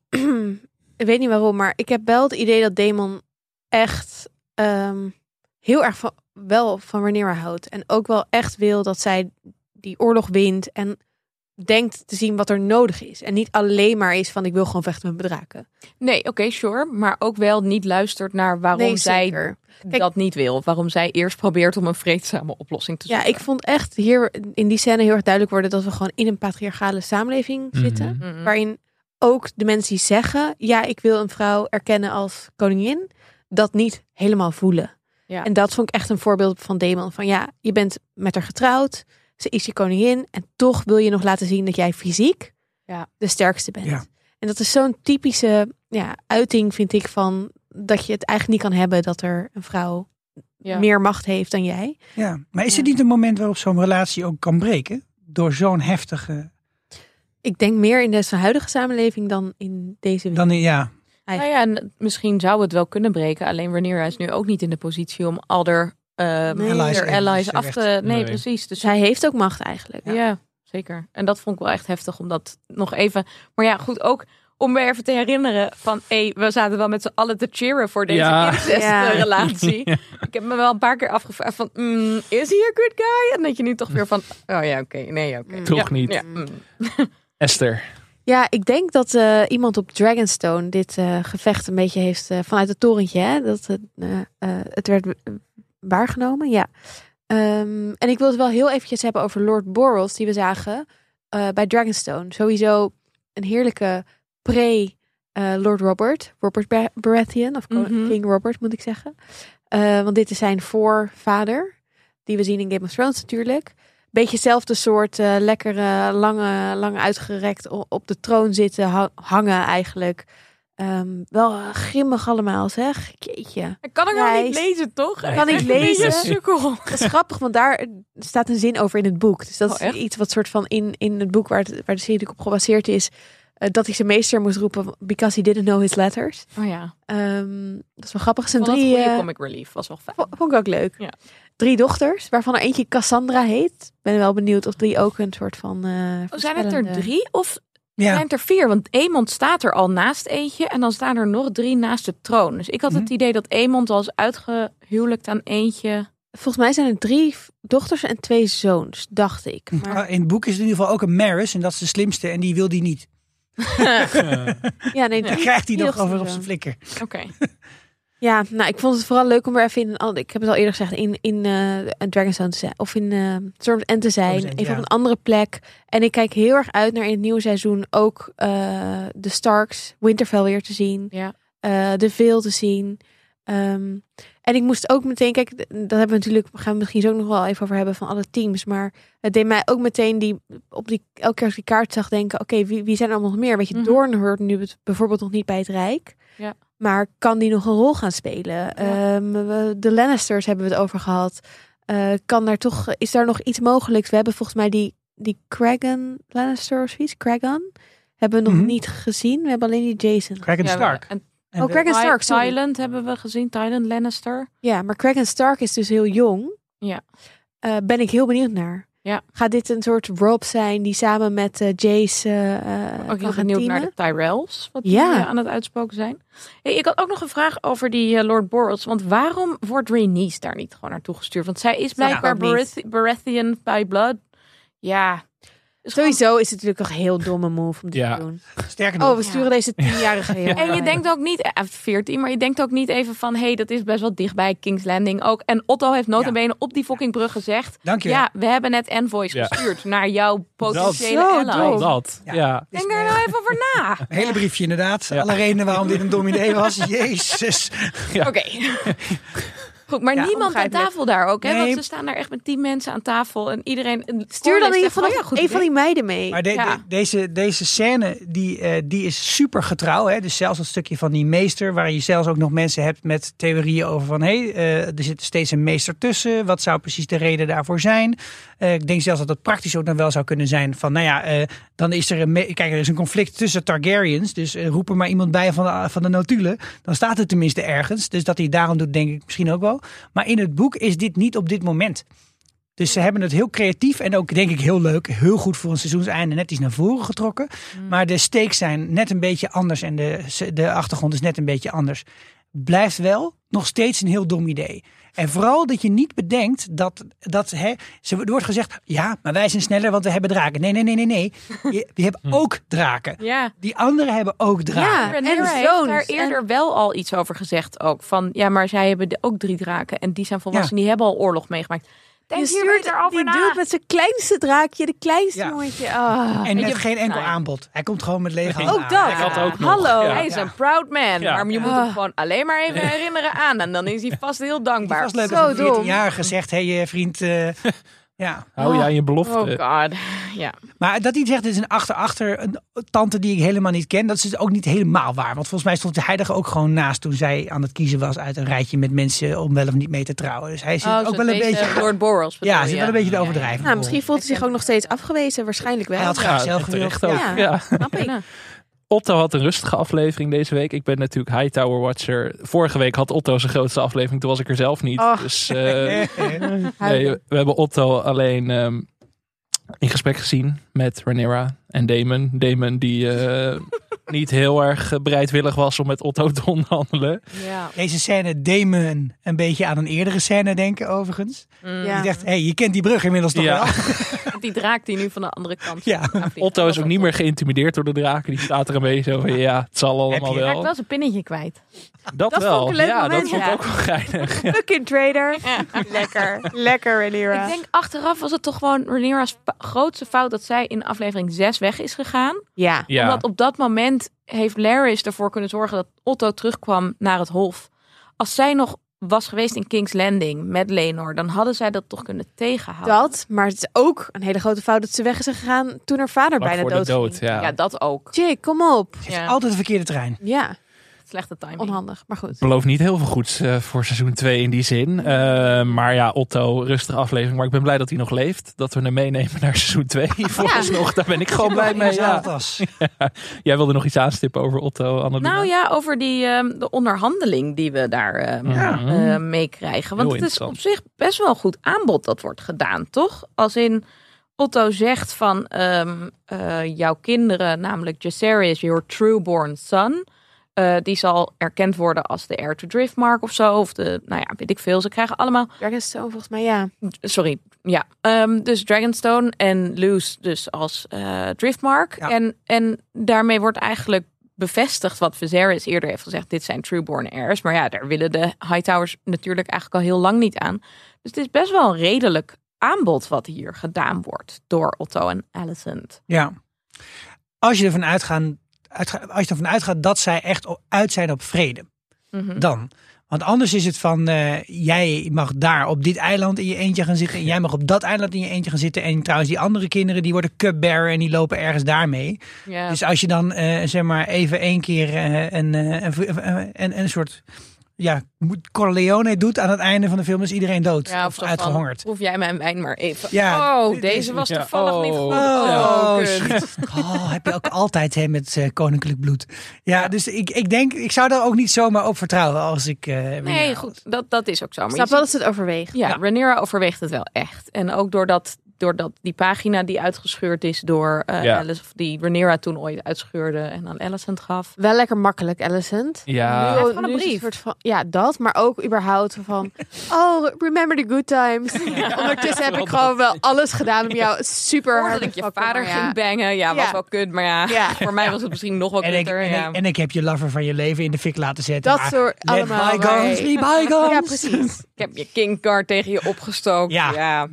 ik weet niet waarom, maar ik heb wel het idee dat Daemon echt um, heel erg van, wel van Rhaenyra houdt. En ook wel echt wil dat zij die oorlog wint en denkt te zien wat er nodig is. En niet alleen maar is van ik wil gewoon vechten met draken. Nee, oké, okay, sure. Maar ook wel niet luistert naar waarom nee, zij Kijk, dat niet wil. Waarom zij eerst probeert om een vreedzame oplossing te zoeken. Ja, ik vond echt hier in die scène heel erg duidelijk worden dat we gewoon in een patriarchale samenleving zitten. Mm-hmm. Waarin ook de mensen die zeggen, ja, ik wil een vrouw erkennen als koningin, dat niet helemaal voelen. Ja. En dat vond ik echt een voorbeeld van Daemon. Van ja, je bent met haar getrouwd, ze is je koningin en toch wil je nog laten zien dat jij fysiek ja. de sterkste bent. Ja. En dat is zo'n typische ja, uiting, vind ik, van dat je het eigenlijk niet kan hebben dat er een vrouw ja. meer macht heeft dan jij. Ja, maar is ja. het niet een moment waarop zo'n relatie ook kan breken? Door zo'n heftige... Ik denk meer in deze huidige samenleving dan in deze wereld. Dan in, ja. Nou ja, en misschien zou het wel kunnen breken. Alleen Rhaenyra is nu ook niet in de positie om al haar uh, nee. allies, allies af te... Nee, nee, precies. Dus zij heeft ook macht eigenlijk. Ja. ja, zeker. En dat vond ik wel echt heftig om dat nog even... Maar ja, goed, ook om me even te herinneren van... Hey, we zaten wel met z'n allen te cheeren voor deze Ja. incest-relatie. Ja. Ik heb me wel een paar keer afgevraagd van... Mm, is hij een good guy? En dat je nu toch weer van... Oh ja, oké. Okay, nee, oké. Okay. Toch ja, niet. Ja, mm. Esther. Ja, ik denk dat uh, iemand op Dragonstone dit uh, gevecht een beetje heeft uh, vanuit het torentje. Hè, dat uh, uh, het werd waargenomen. Ja. Um, en ik wil het wel heel eventjes hebben over Lord Boros, die we zagen uh, bij Dragonstone. Sowieso een heerlijke pre uh, Lord Robert. Robert Bar- Baratheon, of Mm-hmm. King Robert moet ik zeggen. Uh, want dit is zijn voorvader, die we zien in Game of Thrones natuurlijk. Beetje hetzelfde soort uh, lekkere, lange, lang uitgerekt op de troon zitten, ha- hangen eigenlijk. Um, wel uh, grimmig allemaal, zeg. Jeetje. Ik kan er wel niet lezen, toch? Ik kan niet lezen. Sukkel. Dat is grappig, want daar staat een zin over in het boek. Dus dat Oh, is echt? iets wat soort van in, in het boek waar, het, waar de serie natuurlijk op gebaseerd is. Uh, dat hij zijn meester moest roepen because he didn't know his letters. Oh ja. Um, dat is wel grappig. Zijn Vond dat drie, goede uh, comic relief. Was wel fijn. vo- vond ik ook leuk. Ja. Drie dochters, waarvan er eentje Cassandra heet. Ben wel benieuwd of die ook een soort van... Uh, Oh, zijn het er voorspellende- drie of Ja. zijn het er vier? Want Aemond staat er al naast eentje en dan staan er nog drie naast de troon. Dus ik had Mhm. het idee dat Aemond al is uitgehuwelijkt aan eentje. Volgens mij zijn er drie dochters en twee zoons, dacht ik. Maar Maar in het boek is er in ieder geval ook een Maris. En dat is de slimste. En die wil die niet. ja, nee, Dan drie- krijgt hij drie nog dochters over en op zoon. zijn flikker. Oké. Ja, nou, ik vond het vooral leuk om weer even in een ander, ik heb het al eerder gezegd, in, in uh, een Dragonstone te zijn. Of in uh, Storm's End te zijn. Storm's End, even ja. op een andere plek. En ik kijk heel erg uit naar in het nieuwe seizoen ook uh, de Starks, Winterfell weer te zien. Ja. Uh, de Veil te zien. Um, en ik moest ook meteen, kijk, dat hebben we natuurlijk, gaan we misschien zo ook nog wel even over hebben van alle teams. Maar het deed mij ook meteen die, op die, elke keer als ik die kaart zag denken, oké, okay, wie, wie zijn er allemaal nog meer? Weet je, Mhm. Doorn hoort nu het, bijvoorbeeld nog niet bij het Rijk. Ja. Maar kan die nog een rol gaan spelen? Ja. Um, we- de Lannisters hebben we het over gehad. Uh, kan daar toch, is daar nog iets mogelijks? We hebben volgens mij die, die Cragan Lannister of zoiets, Cragan, hebben we nog Mhm. niet gezien. We hebben alleen die Jason. Cragan Ja, Stark. En En Oh, de- Cragan Stark, Ty- sorry. Tyland hebben we gezien. Tyland Lannister. Ja, maar Cragan Stark is dus heel jong. Ja. Uh, ben ik heel benieuwd naar. Ja. Gaat dit een soort Rob zijn die samen met uh, Jace uh, Ook kan heel gaan benieuwd naar teamen? de Tyrells. Wat die Ja. uh, aan het uitspoken zijn. Hey, ik had ook nog een vraag over die uh, Lord Boros. Want waarom wordt Rhaenys daar niet gewoon naartoe gestuurd? Want zij is blijkbaar ook niet. Barath- Baratheon by blood. Ja. Is gewoon- Sowieso is het natuurlijk een heel domme move om dit Ja. te doen. Sterker nog. Oh, we sturen deze tienjarige jongen. En je denkt ook niet, eh, veertien, maar je denkt ook niet even van, hé, hey, dat is best wel dichtbij King's Landing ook. En Otto heeft nota bene op die fucking brug gezegd, Dankjewel. ja, we hebben net envoys Ja. gestuurd naar jouw potentiële Zo ally. dom. Dat, Ja. ja. Dit is Denk er nou even over na. Een hele briefje inderdaad. Ja. Alle redenen waarom dit een dom idee was. Jezus. Oké. Goed, maar Ja, niemand aan onbegrijpelijk. tafel daar ook, hè? Nee. Want ze staan daar echt met tien mensen aan tafel en iedereen... Stuur dan in ieder van geval nog een van die meiden mee. Maar de- Ja. de- deze, deze scène die, uh, die is super getrouw. Hè? Dus zelfs dat stukje van die meester. Waar je zelfs ook nog mensen hebt met theorieën over van. Hé, hey, uh, er zit steeds een meester tussen. Wat zou precies de reden daarvoor zijn? Uh, ik denk zelfs dat het praktisch ook nog wel zou kunnen zijn. Van nou ja, uh, dan is er een... Me- Kijk, er is een conflict tussen Targaryens. Dus uh, roep er maar iemand bij van de, van de notulen. Dan staat het tenminste ergens. Dus dat hij het daarom doet, denk ik misschien ook wel. Maar in het boek is dit niet op dit moment. Dus ze hebben het heel creatief en ook denk ik heel leuk. Heel goed voor een seizoenseinde net iets naar voren getrokken. Mm. Maar de stakes zijn net een beetje anders en de, de achtergrond is net een beetje anders. Blijft wel nog steeds een heel dom idee. En vooral dat je niet bedenkt dat, dat hè, er wordt gezegd, ja, maar wij zijn sneller want we hebben draken. Nee, nee, nee, nee, nee. Je, we hebben ook draken. Ja. Die anderen hebben ook draken. Ja. Rhaenyra en heeft zoons. daar eerder wel al iets over gezegd ook. Van, ja, maar zij hebben de- ook drie draken en die zijn volwassen, die hebben al oorlog meegemaakt. Denk Je hier stuurt beter over die na. dude met zijn kleinste draakje, de kleinste Ja. jongetje. Ah. En met je- geen enkel nou ja. aanbod. Hij komt gewoon met lege handen Ook aan. dat. Ik had ook nog. Hallo. Ja. Hij is een proud man, Ja. maar je moet Ja. hem gewoon alleen maar even herinneren aan. En dan is hij vast heel Het dankbaar. was leuk Zo als een dom. veertienjarige zegt, hé hey, vriend, uh, ja. Hou je aan je belofte. Oh god, ja. Maar dat hij zegt, het is een achter-achter, een tante die ik helemaal niet ken. Dat is dus ook niet helemaal waar. Want volgens mij stond hij er ook gewoon naast toen zij aan het kiezen was uit een rijtje met mensen om wel of niet mee te trouwen. Dus hij zit Oh, ook zo wel een deze beetje... Lord Boros. bedoel Ja, je? zit wel een beetje te Ja, overdrijven. Nou, misschien voelt hij zich ook nog steeds afgewezen. Waarschijnlijk wel. Hij had graag Ja, zelf gewild. terecht ook. Ja. Ja. Snap ik. Ja. Otto had een rustige aflevering deze week. Ik ben natuurlijk Hightower Watcher. Vorige week had Otto zijn grootste aflevering. Toen was ik er zelf niet. Oh. Dus uh, nee, we hebben Otto alleen um, in gesprek gezien met Rhaenyra en Daemon. Daemon die uh, niet heel erg bereidwillig was om met Otto te onderhandelen. Ja. Deze scène deed me een, een beetje aan een eerdere scène denken overigens. Mm. Ja. Ik dacht, hé, hey, je kent die brug inmiddels toch Ja. wel? Die draak die nu van de andere kant... Ja. aanvliegt. Otto Dat is ook was niet wel meer geïntimideerd door de draken. Die staat er een beetje zo van, ja, het zal allemaal je- tof. Hij raakt wel. wel zijn pinnetje kwijt. Dat, Dat wel. vond ik een leuk ja, moment, dat vond ik ja. ook wel geinig. Fucking trader. Lekker. Lekker, Rhaenyra. Ik denk achteraf was het toch gewoon Rhaenyra's fa- grootste fout dat zij in aflevering zes weg is gegaan. Ja. Ja. Omdat op dat moment heeft Larys ervoor kunnen zorgen dat Otto terugkwam naar het hof. Als zij nog was geweest in King's Landing met Laenor, dan hadden zij dat toch kunnen tegenhouden. Dat, maar het is ook een hele grote fout dat ze weg is gegaan toen haar vader Vlak bijna voor de dood dood, ging. ja. Ja, dat ook. Jake, kom op. Ja. Altijd het verkeerde terrein. Ja, Slechte timing. onhandig, maar goed. belooft niet heel veel goeds uh, voor seizoen twee in die zin. Uh, maar ja, Otto, rustige aflevering. Maar ik ben blij dat hij nog leeft. Dat we hem meenemen naar seizoen twee. Vooralsnog, daar ben ik gewoon blij mee. Ja. Ja. Jij wilde nog iets aanstippen over Otto, Annalena? Nou ja, over die um, de onderhandeling die we daar um, Ja. uh, meekrijgen. Want Heel het is interessant. op zich best wel een goed aanbod dat wordt gedaan, toch? Als in Otto zegt van um, uh, jouw kinderen, namelijk Jacaerys, your trueborn son... Uh, die zal erkend worden als de heir to Driftmark of zo. Of de, nou ja, weet ik veel. Ze krijgen allemaal... Dragonstone volgens mij, ja. Sorry, ja. Um, dus Dragonstone en Luce dus als uh, Driftmark. Ja. En, en daarmee wordt eigenlijk bevestigd wat Viserys eerder heeft gezegd. Dit zijn trueborn heirs. Maar ja, daar willen de Hightowers natuurlijk eigenlijk al heel lang niet aan. Dus het is best wel een redelijk aanbod wat hier gedaan wordt door Otto en Alicent. Ja. Als je ervan uitgaat, uitga, als je ervan uitgaat dat zij echt op- uit zijn op vrede, Mm-hmm. dan. Want anders is het van, uh, jij mag daar op dit eiland in je eentje gaan zitten en jij mag op dat eiland in je eentje gaan zitten. En trouwens die andere kinderen die worden cupbearer en die lopen ergens daar mee. Ja. Dus als je dan uh, zeg maar even één keer uh, een, uh, een, een, een soort ja, Corleone doet aan het einde van de film, is iedereen dood Ja, of zo van, uitgehongerd. Proef jij mijn wijn maar even. Ja, oh, dit deze is- was ja, toevallig oh. niet goed. Oh, Oh, kut. shit. Oh, heb je ook altijd hè, met uh, koninklijk bloed. Ja, dus ik, ik denk, ik zou daar ook niet zomaar op vertrouwen als ik... Uh, Nee, Rhaenyra goed, dat, dat is ook zo. Ik Maar snap je wel dat ze het overweegt. Ja, Ja. Rhaenyra overweegt het wel echt. En ook doordat, doordat die pagina die uitgescheurd is door uh, Ja. Alice, of die Rhaenyra toen ooit uitscheurde en aan Alicent gaf. Wel lekker makkelijk, Alicent. Ja. Nu, gewoon een nu is het brief. een soort van, ja, dat. Maar ook überhaupt van... Oh, remember the good times. Ondertussen heb ik gewoon wel alles gedaan om jou super hard Voordat te ik je fucken, vader maar ja. ging bangen. Ja, was Ja. wel kut. Maar ja, Ja. voor mij was het misschien nog wel En ik, kutter. en, Ja. ik, en ik heb je lover van je leven in de fik laten zetten. Dat maar soort let allemaal. bygones maar- be bygones. Ja, precies. Ik heb je kingcard tegen je opgestookt. Ja. ja.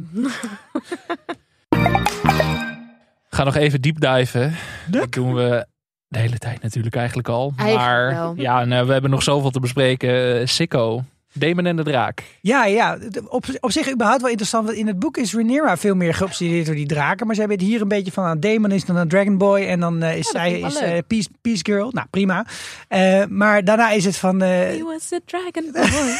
Ga nog even deep diven. Dat doen we de hele tijd natuurlijk eigenlijk al. Eigenlijk maar wel. ja, en, we hebben nog zoveel te bespreken. Uh, Sicko, Daemon en de Draak. Ja, ja. Op, op zich überhaupt wel interessant. Want in het boek is Rhaenyra veel meer geobsedeerd door die draken. Maar ze hebben het hier een beetje van aan Daemon is dan een Dragon Boy. En dan uh, is Ja, dat zij vind ik is, wel uh, leuk. peace, peace Girl. Nou, prima. Uh, maar daarna is het van... Uh, He was a dragon boy.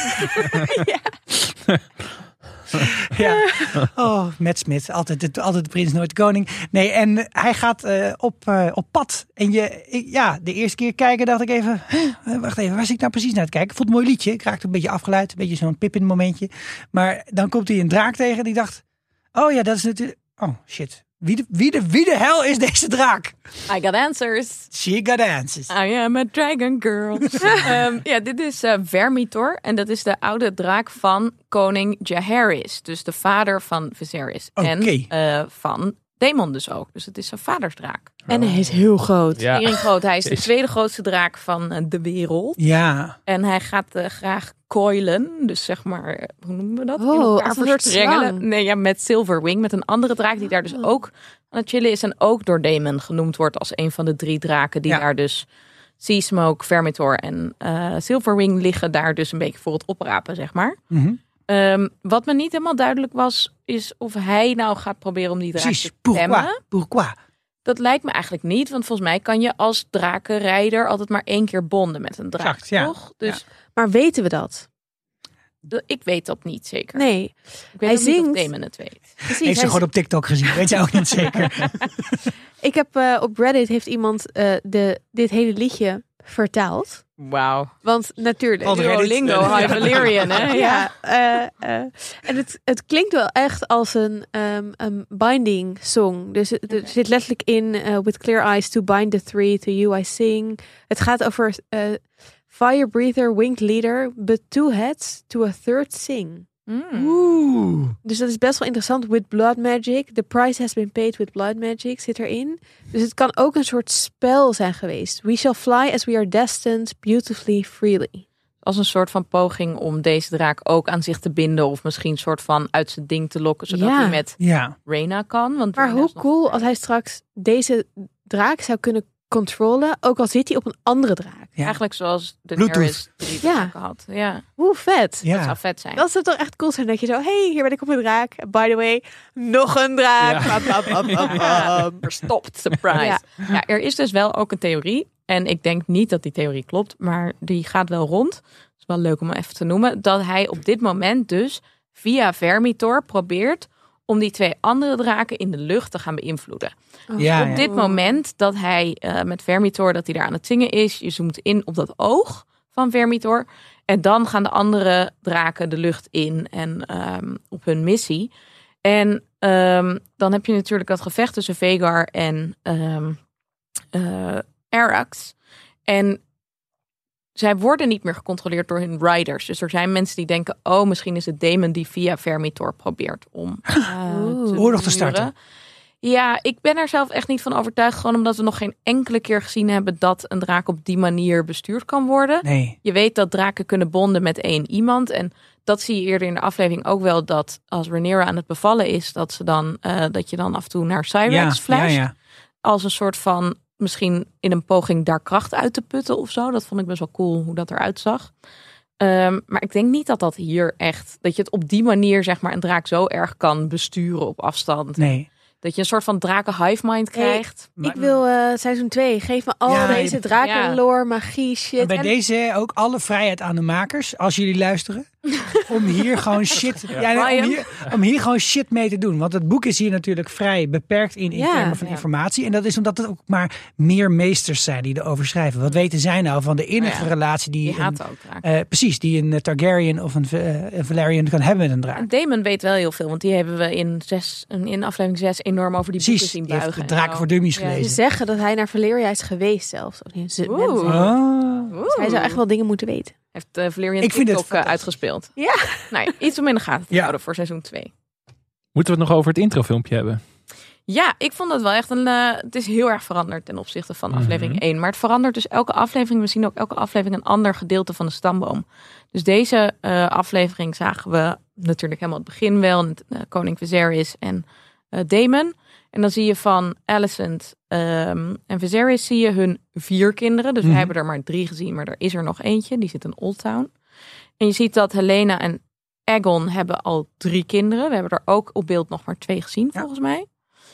ja. Oh, Matt Smith. Altijd de, altijd de prins, nooit de koning. Nee, en hij gaat uh, op, uh, op pad. En je, ik, ja, de eerste keer kijken dacht ik even... Huh, wacht even, waar zit ik nou precies naar te kijken? Ik vond het een mooi liedje. Ik raakte een beetje afgeleid. Een beetje zo'n Pippin momentje. Maar dan komt hij een draak tegen. Die dacht... Oh ja, dat is natuurlijk... Oh, shit. Wie de, wie, de, wie de hel is deze draak? I got answers. She got answers. I am a dragon girl. um, ja, dit is uh, Vermithor. En dat is de oude draak van koning Jaehaerys. Dus de vader van Viserys. Oké. En uh, van Daemon dus ook. Dus het is zijn vadersdraak. En hij is heel groot. Ja. Hierin groot. Hij is de Jezus. tweede grootste draak van uh, de wereld. Ja. En hij gaat uh, graag coilen. Dus zeg maar, hoe noemen we dat? Oh, In elkaar als een soort verstrengelen. slang. Nee, ja, met Silverwing. Met een andere draak die daar dus ook aan het chillen is. En ook door Daemon genoemd wordt als een van de drie draken. Die Ja. daar dus Seasmoke, Vermithor en uh, Silverwing liggen. Daar dus een beetje voor het oprapen, zeg maar. Mm-hmm. Um, wat me niet helemaal duidelijk was, is of hij nou gaat proberen om die draak Precies. te temmen. Pourquoi? Pourquoi? Dat lijkt me eigenlijk niet. Want volgens mij kan je als drakenrijder altijd maar één keer bonden met een draak. Exact, ja. Toch? Dus Maar weten we dat? d- ik weet dat niet zeker. Nee. Ik weet Hij ook niet zingt. of Damon het weet. Precies. Heeft ze hij gewoon op TikTok gezien. Weet je ook niet zeker. Ik heb uh, op Reddit heeft iemand uh, de, dit hele liedje vertaald. Wauw. Want natuurlijk. Op Reddit. Duolingo, High Valyrian, hè? Ja, uh, uh, en het, het klinkt wel echt als een, um, een binding song. Dus het, er zit letterlijk in uh, with clear eyes to bind the three to you I sing. Het gaat over uh, fire breather, winged leader, but two heads to a third sing. Mm. Oeh. Dus dat is best wel interessant. With blood magic. The price has been paid with blood magic zit erin. Dus het kan ook een soort spel zijn geweest. We shall fly as we are destined beautifully freely. Als een soort van poging om deze draak ook aan zich te binden. Of misschien een soort van uit zijn ding te lokken. Zodat Ja. hij met Ja. Rhaena kan. Want Maar Rhaena hoe is nog cool vrij. als hij straks deze draak zou kunnen controlen. Ook al zit hij op een andere draak. Ja. Eigenlijk zoals de Bluetooth. Daenerys drie Ja. draken had. Ja, Hoe vet. Ja. dat zou vet zijn. Dat zou toch echt cool zijn dat je zo... hey, hier ben ik op een draak. By the way, nog een draak. Ja. Bam, bam, bam, bam, Ja, bam. verstopt, surprise. Ja. Ja. er is dus wel ook een theorie. En ik denk niet dat die theorie klopt. Maar die gaat wel rond. Het is wel leuk om even te noemen. Dat hij op dit moment dus via Vermithor probeert... om die twee andere draken in de lucht te gaan beïnvloeden. Ja, op ja. dit moment dat hij uh, met Vermithor... dat hij daar aan het zingen is. Je zoomt in op dat oog van Vermithor. En dan gaan de andere draken de lucht in. En um, op hun missie. En um, dan heb je natuurlijk dat gevecht tussen Vhagar en um, uh, Arrax. En zij worden niet meer gecontroleerd door hun riders. Dus er zijn mensen die denken... oh, misschien is het Daemon die via Vermithor probeert om uh, te Oorlog te sturen. starten. Ja, ik ben er zelf echt niet van overtuigd. Gewoon omdat we nog geen enkele keer gezien hebben... dat een draak op die manier bestuurd kan worden. Nee. Je weet dat draken kunnen bonden met één iemand. En dat zie je eerder in de aflevering ook wel... dat als Rhaenyra aan het bevallen is... dat, ze dan, uh, dat je dan af en toe naar Cyrex Ja, flasht. ja, ja. Als een soort van... misschien in een poging daar kracht uit te putten of zo. Dat vond ik best wel cool hoe dat eruit zag. Um, maar ik denk niet dat dat hier echt... dat je het op die manier zeg maar een draak zo erg kan besturen op afstand. Nee. Dat je een soort van draken hive mind krijgt. Ik wil uh, seizoen twee. Geef me al Ja, deze je- draken, ja. lore, magie, shit. En bij En- deze ook alle vrijheid aan de makers, als jullie luisteren. Om hier gewoon shit, ja, nee, om, hier, om hier gewoon shit mee te doen. Want het boek is hier natuurlijk vrij beperkt in, in Ja, termen van ja. informatie. En dat is omdat het ook maar meer meesters zijn die erover schrijven. Wat weten zij nou van de innige Oh ja. relatie die, Die een, haat ook draken. eh, precies, die een Targaryen of een, uh, een Valerian kan hebben met een draak. En Daemon weet wel heel veel. Want die hebben we in, zes, in aflevering zes enorm over die boeken Precies, zien die heeft buigen. de en Draken zo. voor Dummies Ja. gelezen. Ze zeggen dat hij naar Valeria is geweest zelfs. Of nee, ze- Oeh. mensen. Oh. Oeh. Dus hij zou echt wel dingen moeten weten. Heeft uh, Valerian Ik vind het TikTok uh, fantastisch. uitgespeeld. Ja. Nou ja, iets om in de gaten te Ja. houden voor seizoen twee. Moeten we het nog over het introfilmpje hebben? Ja, ik vond het wel echt een... Uh, het is heel erg veranderd ten opzichte van Mhm. aflevering één. Maar het verandert dus elke aflevering. We zien ook elke aflevering een ander gedeelte van de stamboom. Dus deze uh, aflevering zagen we natuurlijk helemaal het begin wel. Met, uh, koning Viserys en uh, Daemon. En dan zie je van Alicent um, en Viserys zie je hun vier kinderen. Dus Mhm. we hebben er maar drie gezien, maar er is er nog eentje. Die zit in Old Town. En je ziet dat Helena en Aegon hebben al drie kinderen. We hebben er ook op beeld nog maar twee gezien, Ja. volgens mij.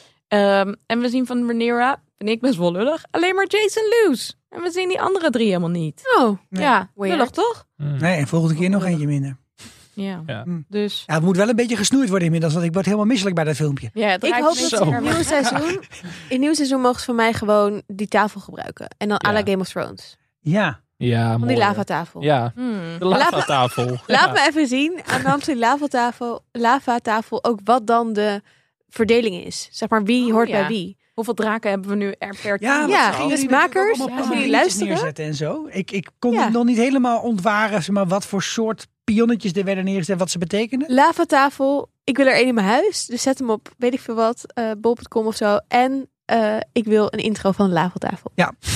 Um, en we zien van Rhaenyra, vind ik best wel lullig, alleen maar Jason Luce. En we zien die andere drie helemaal niet. Oh, Nee. Ja, Weird. lullig toch? Hmm. Nee, en volgende keer nog eentje minder. Ja, Ja. dus... Ja, het moet wel een beetje gesnoeid worden inmiddels, want ik word helemaal misselijk bij dat filmpje. Ja, het ik ruikt hoop een dat beetje ze in naar het nieuwe seizoen... In het nieuwe seizoen mogen ze van mij gewoon die tafel gebruiken. En dan à la Ja. Game of Thrones. Ja. Ja, Van die mooi. lavatafel. Ja, Hmm. de lavatafel. Laat Ja. me even zien aan de hand van die lavatafel, lavatafel ook wat dan de verdeling is. Zeg maar, wie Oh, hoort ja. bij wie. Hoeveel draken hebben we nu er per Ja, team? Ja, wat gingen dus jullie makers, natuurlijk ook als allemaal jullie pionnetjes luisteren. neerzetten en zo. Ik, ik kon Ja. het nog niet helemaal ontwaren, zeg maar, wat voor soort pionnetjes er werden neergezet, wat ze betekenen. Lavatafel, ik wil er één in mijn huis. Dus zet hem op, weet ik veel wat, uh, bol punt com of zo. En uh, ik wil een intro van de lavatafel.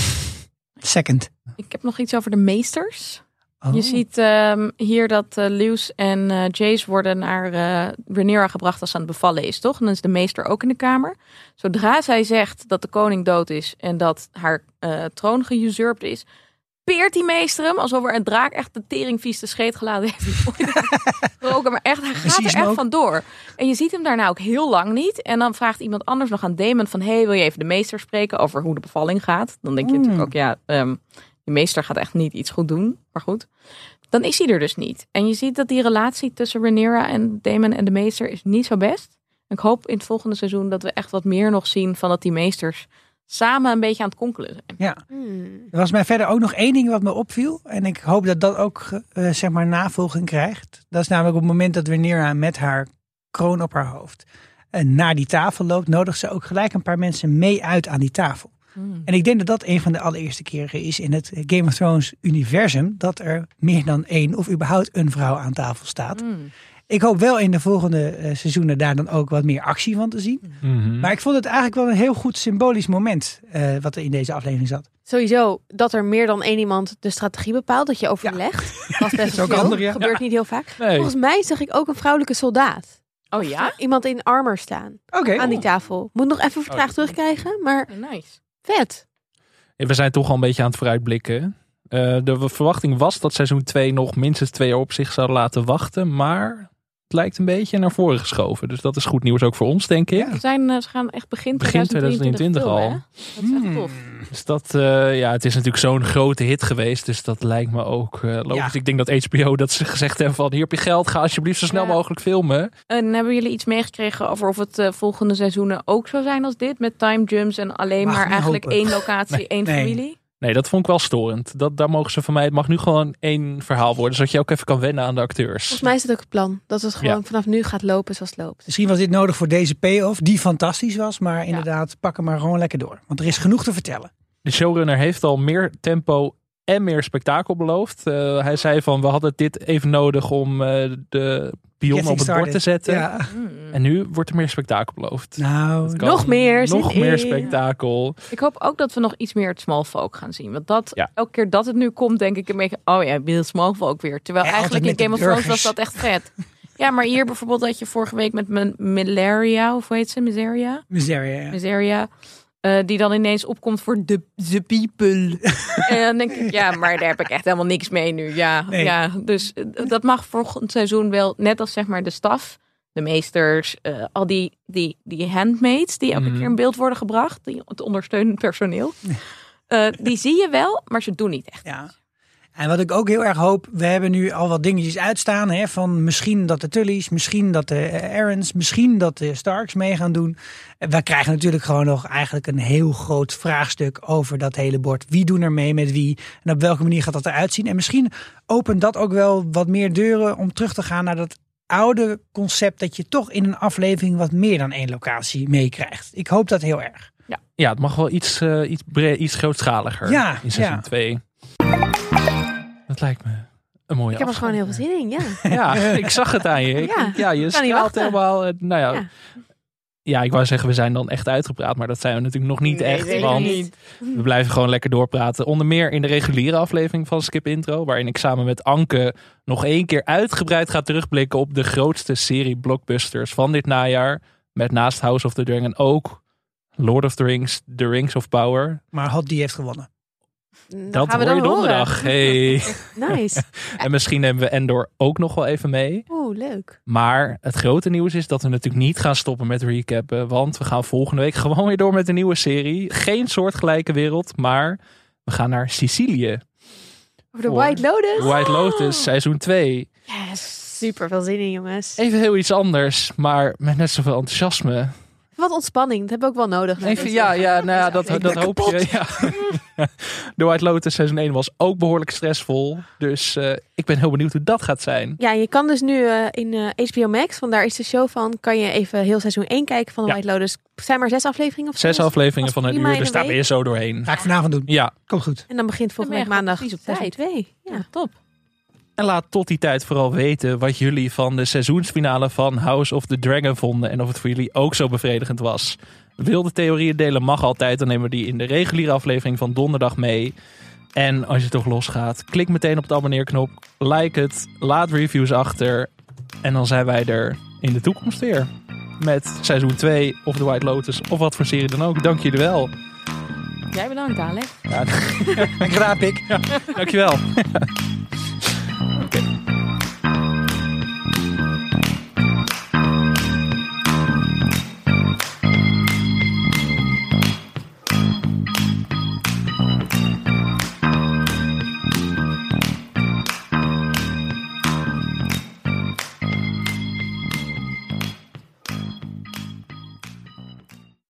Second. Ik heb nog iets over de meesters. Oh. Je ziet um, hier dat uh, Luce en uh, Jace worden naar uh, Rhaenyra gebracht als ze aan het bevallen is, toch? En dan is de meester ook in de kamer. Zodra zij zegt dat de koning dood is en dat haar uh, troon geusurpt is, peert die meester hem alsof er een draak echt de teringvies de scheet geladen heeft. Roken, maar echt, hij gaat Precies, er echt ook. vandoor. En je ziet hem daarna ook heel lang niet. En dan vraagt iemand anders nog aan Daemon van, hey, wil je even de meester spreken over hoe de bevalling gaat? Dan denk je Mm. natuurlijk ook, ja, um, de meester gaat echt niet iets goed doen. Maar goed, dan is hij er dus niet. En je ziet dat die relatie tussen Rhaenyra en Daemon en de meester is niet zo best. Ik hoop in het volgende seizoen dat we echt wat meer nog zien van dat die meesters samen een beetje aan het konkelen zijn. Ja. Hmm. Er was mij verder ook nog één ding wat me opviel. En ik hoop dat dat ook uh, zeg maar navolging krijgt. Dat is namelijk op het moment dat Rhaenyra met haar kroon op haar hoofd uh, naar die tafel loopt, nodigt ze ook gelijk een paar mensen mee uit aan die tafel. Hmm. En ik denk dat dat een van de allereerste keren is in het Game of Thrones universum dat er meer dan één of überhaupt een vrouw aan tafel staat. Hmm. Ik hoop wel in de volgende uh, seizoenen daar dan ook wat meer actie van te zien. Mm-hmm. Maar ik vond het eigenlijk wel een heel goed symbolisch moment uh, wat er in deze aflevering zat. Sowieso dat er meer dan één iemand de strategie bepaalt. Dat je overlegt. Ja. Dat is best ook veel. handig, ja. Gebeurt Ja. niet heel vaak. Nee. Volgens mij zag ik ook een vrouwelijke soldaat. Oh ja? Iemand in armor staan. Oké. Okay. Aan die tafel. Moet nog even vertraagd terugkrijgen. Maar Nice. vet. We zijn toch al een beetje aan het vooruitblikken. Uh, de verwachting was dat seizoen twee nog minstens twee jaar op zich zou laten wachten. Maar het lijkt een beetje naar voren geschoven. Dus dat is goed nieuws ook voor ons, denk ik. Ja. We zijn, uh, ze gaan echt begin, Begin twintig drieëntwintig al. filmen, hè? Dat is echt tof. Dus dat, uh, ja, het is natuurlijk zo'n grote hit geweest. Dus dat lijkt me ook uh, logisch. Ja. Ik denk dat H B O dat ze gezegd hebben van hier heb je geld. Ga alsjeblieft zo snel Ja. mogelijk filmen. En hebben jullie iets meegekregen over of het uh, volgende seizoenen ook zou zijn als dit? Met time jumps en alleen Mag maar niet eigenlijk hopen. één locatie, Nee. één Nee. familie? Nee, dat vond ik wel storend. Dat, daar mogen ze van mij. Het mag nu gewoon één verhaal worden. Zodat je ook even kan wennen aan de acteurs. Volgens mij is het ook het plan. Dat het gewoon Ja. vanaf nu gaat lopen zoals het loopt. Misschien was dit nodig voor deze payoff, die fantastisch was. Maar inderdaad, pak hem maar gewoon lekker door. Want er is genoeg te vertellen. De showrunner heeft al meer tempo en meer spektakel beloofd. Uh, hij zei van we hadden dit even nodig om uh, de pion Getting op het bord te started. zetten. Ja. Hmm. En nu wordt er meer spektakel beloofd. Nou, Het kan Nog meer, Nog zin meer in. spektakel. Ik hoop ook dat we nog iets meer het Smallfolk gaan zien. Want dat, Ja. elke keer dat het nu komt, denk ik een beetje... Oh ja, weer het Smallfolk weer. Terwijl Ja, eigenlijk in altijd met Game of de Thrones was burgers. dat echt vet. Ja, maar hier bijvoorbeeld dat je vorige week met mijn Miseria, of hoe heet ze? Miseria? miseria. Ja. Miseria. Uh, die dan ineens opkomt voor de, de people. En dan denk ik, ja, maar daar heb ik echt helemaal niks mee nu. Ja, Nee. ja dus uh, dat mag volgend seizoen wel, net als zeg maar de staf, de meesters, uh, al die, die, die handmaids die elke Mhm. keer in beeld worden gebracht, die, het ondersteunend personeel. Uh, die zie je wel, maar ze doen niet echt. Ja. En wat ik ook heel erg hoop, we hebben nu al wat dingetjes uitstaan. Hè, van misschien dat de Tullys, misschien dat de uh, Arryns, misschien dat de Starks mee gaan doen. We krijgen natuurlijk gewoon nog eigenlijk een heel groot vraagstuk over dat hele bord. Wie doen er mee met wie en op welke manier gaat dat eruit zien? En misschien opent dat ook wel wat meer deuren om terug te gaan naar dat oude concept dat je toch in een aflevering wat meer dan één locatie meekrijgt. Ik hoop dat heel erg. Ja, het mag wel iets, uh, iets, bre- iets grootschaliger Ja, in seizoen ja. twee. Dat lijkt me een mooie Ik heb er gewoon heel veel zin in, ja. Ja, ik zag het aan je. Ik, Ja, ja, je kan niet straalt wachten. helemaal. uh, Nou ja, Ja. ja. ik wou zeggen, we zijn dan echt uitgepraat. Maar dat zijn we natuurlijk nog niet Nee, echt. zeker Want niet. we blijven gewoon lekker doorpraten. Onder meer in de reguliere aflevering van Skip Intro. Waarin ik samen met Anke nog één keer uitgebreid ga terugblikken op de grootste serie blockbusters van dit najaar. Met naast House of the Dragon ook Lord of the Rings, The Rings of Power. Maar Hot die heeft gewonnen. Dat Dat gaan we hoor je dan donderdag. horen. Hey. Nice. En misschien nemen we Endor ook nog wel even mee. Oeh, leuk. Maar het grote nieuws is dat we natuurlijk niet gaan stoppen met recappen. Want we gaan volgende week gewoon weer door met een nieuwe serie. Geen soortgelijke wereld, maar we gaan naar Sicilië. Over de Voor White Lotus. White Lotus, seizoen twee. Yes. Super veel zin in, jongens. Even heel iets anders, maar met net zoveel enthousiasme. Wat ontspanning. Dat hebben we ook wel nodig. na Even, deze ja, ja, nou ja, dat, Ik dat ben hoop je. Ja. De White Lotus seizoen één was ook behoorlijk stressvol. Dus uh, ik ben heel benieuwd hoe dat gaat zijn. Ja, je kan dus nu uh, in uh, H B O Max, want daar is de show van, kan je even heel seizoen één kijken van de Ja. White Lotus. Er zijn maar zes afleveringen of zo. Zes afleveringen was van een prima uur, in dus een daar ben je week. zo doorheen. Ga ik vanavond doen. Ja, Komt goed. En dan begint volgende Dan week ben je maandag gewoon precies op seizoen tijd. twee. Ja. Ja, top. en laat tot die tijd vooral weten wat jullie van de seizoensfinale van House of the Dragon vonden. En of het voor jullie ook zo bevredigend was. Wilde theorieën delen mag altijd. Dan nemen we die in de reguliere aflevering van donderdag mee. En als je toch losgaat, klik meteen op het abonneerknop. Like het, laat reviews achter. En dan zijn wij er in de toekomst weer. Met seizoen twee of The White Lotus of wat voor serie dan ook. Dank jullie wel. Jij bedankt, Alex. Ja, En graap ik. dankjewel.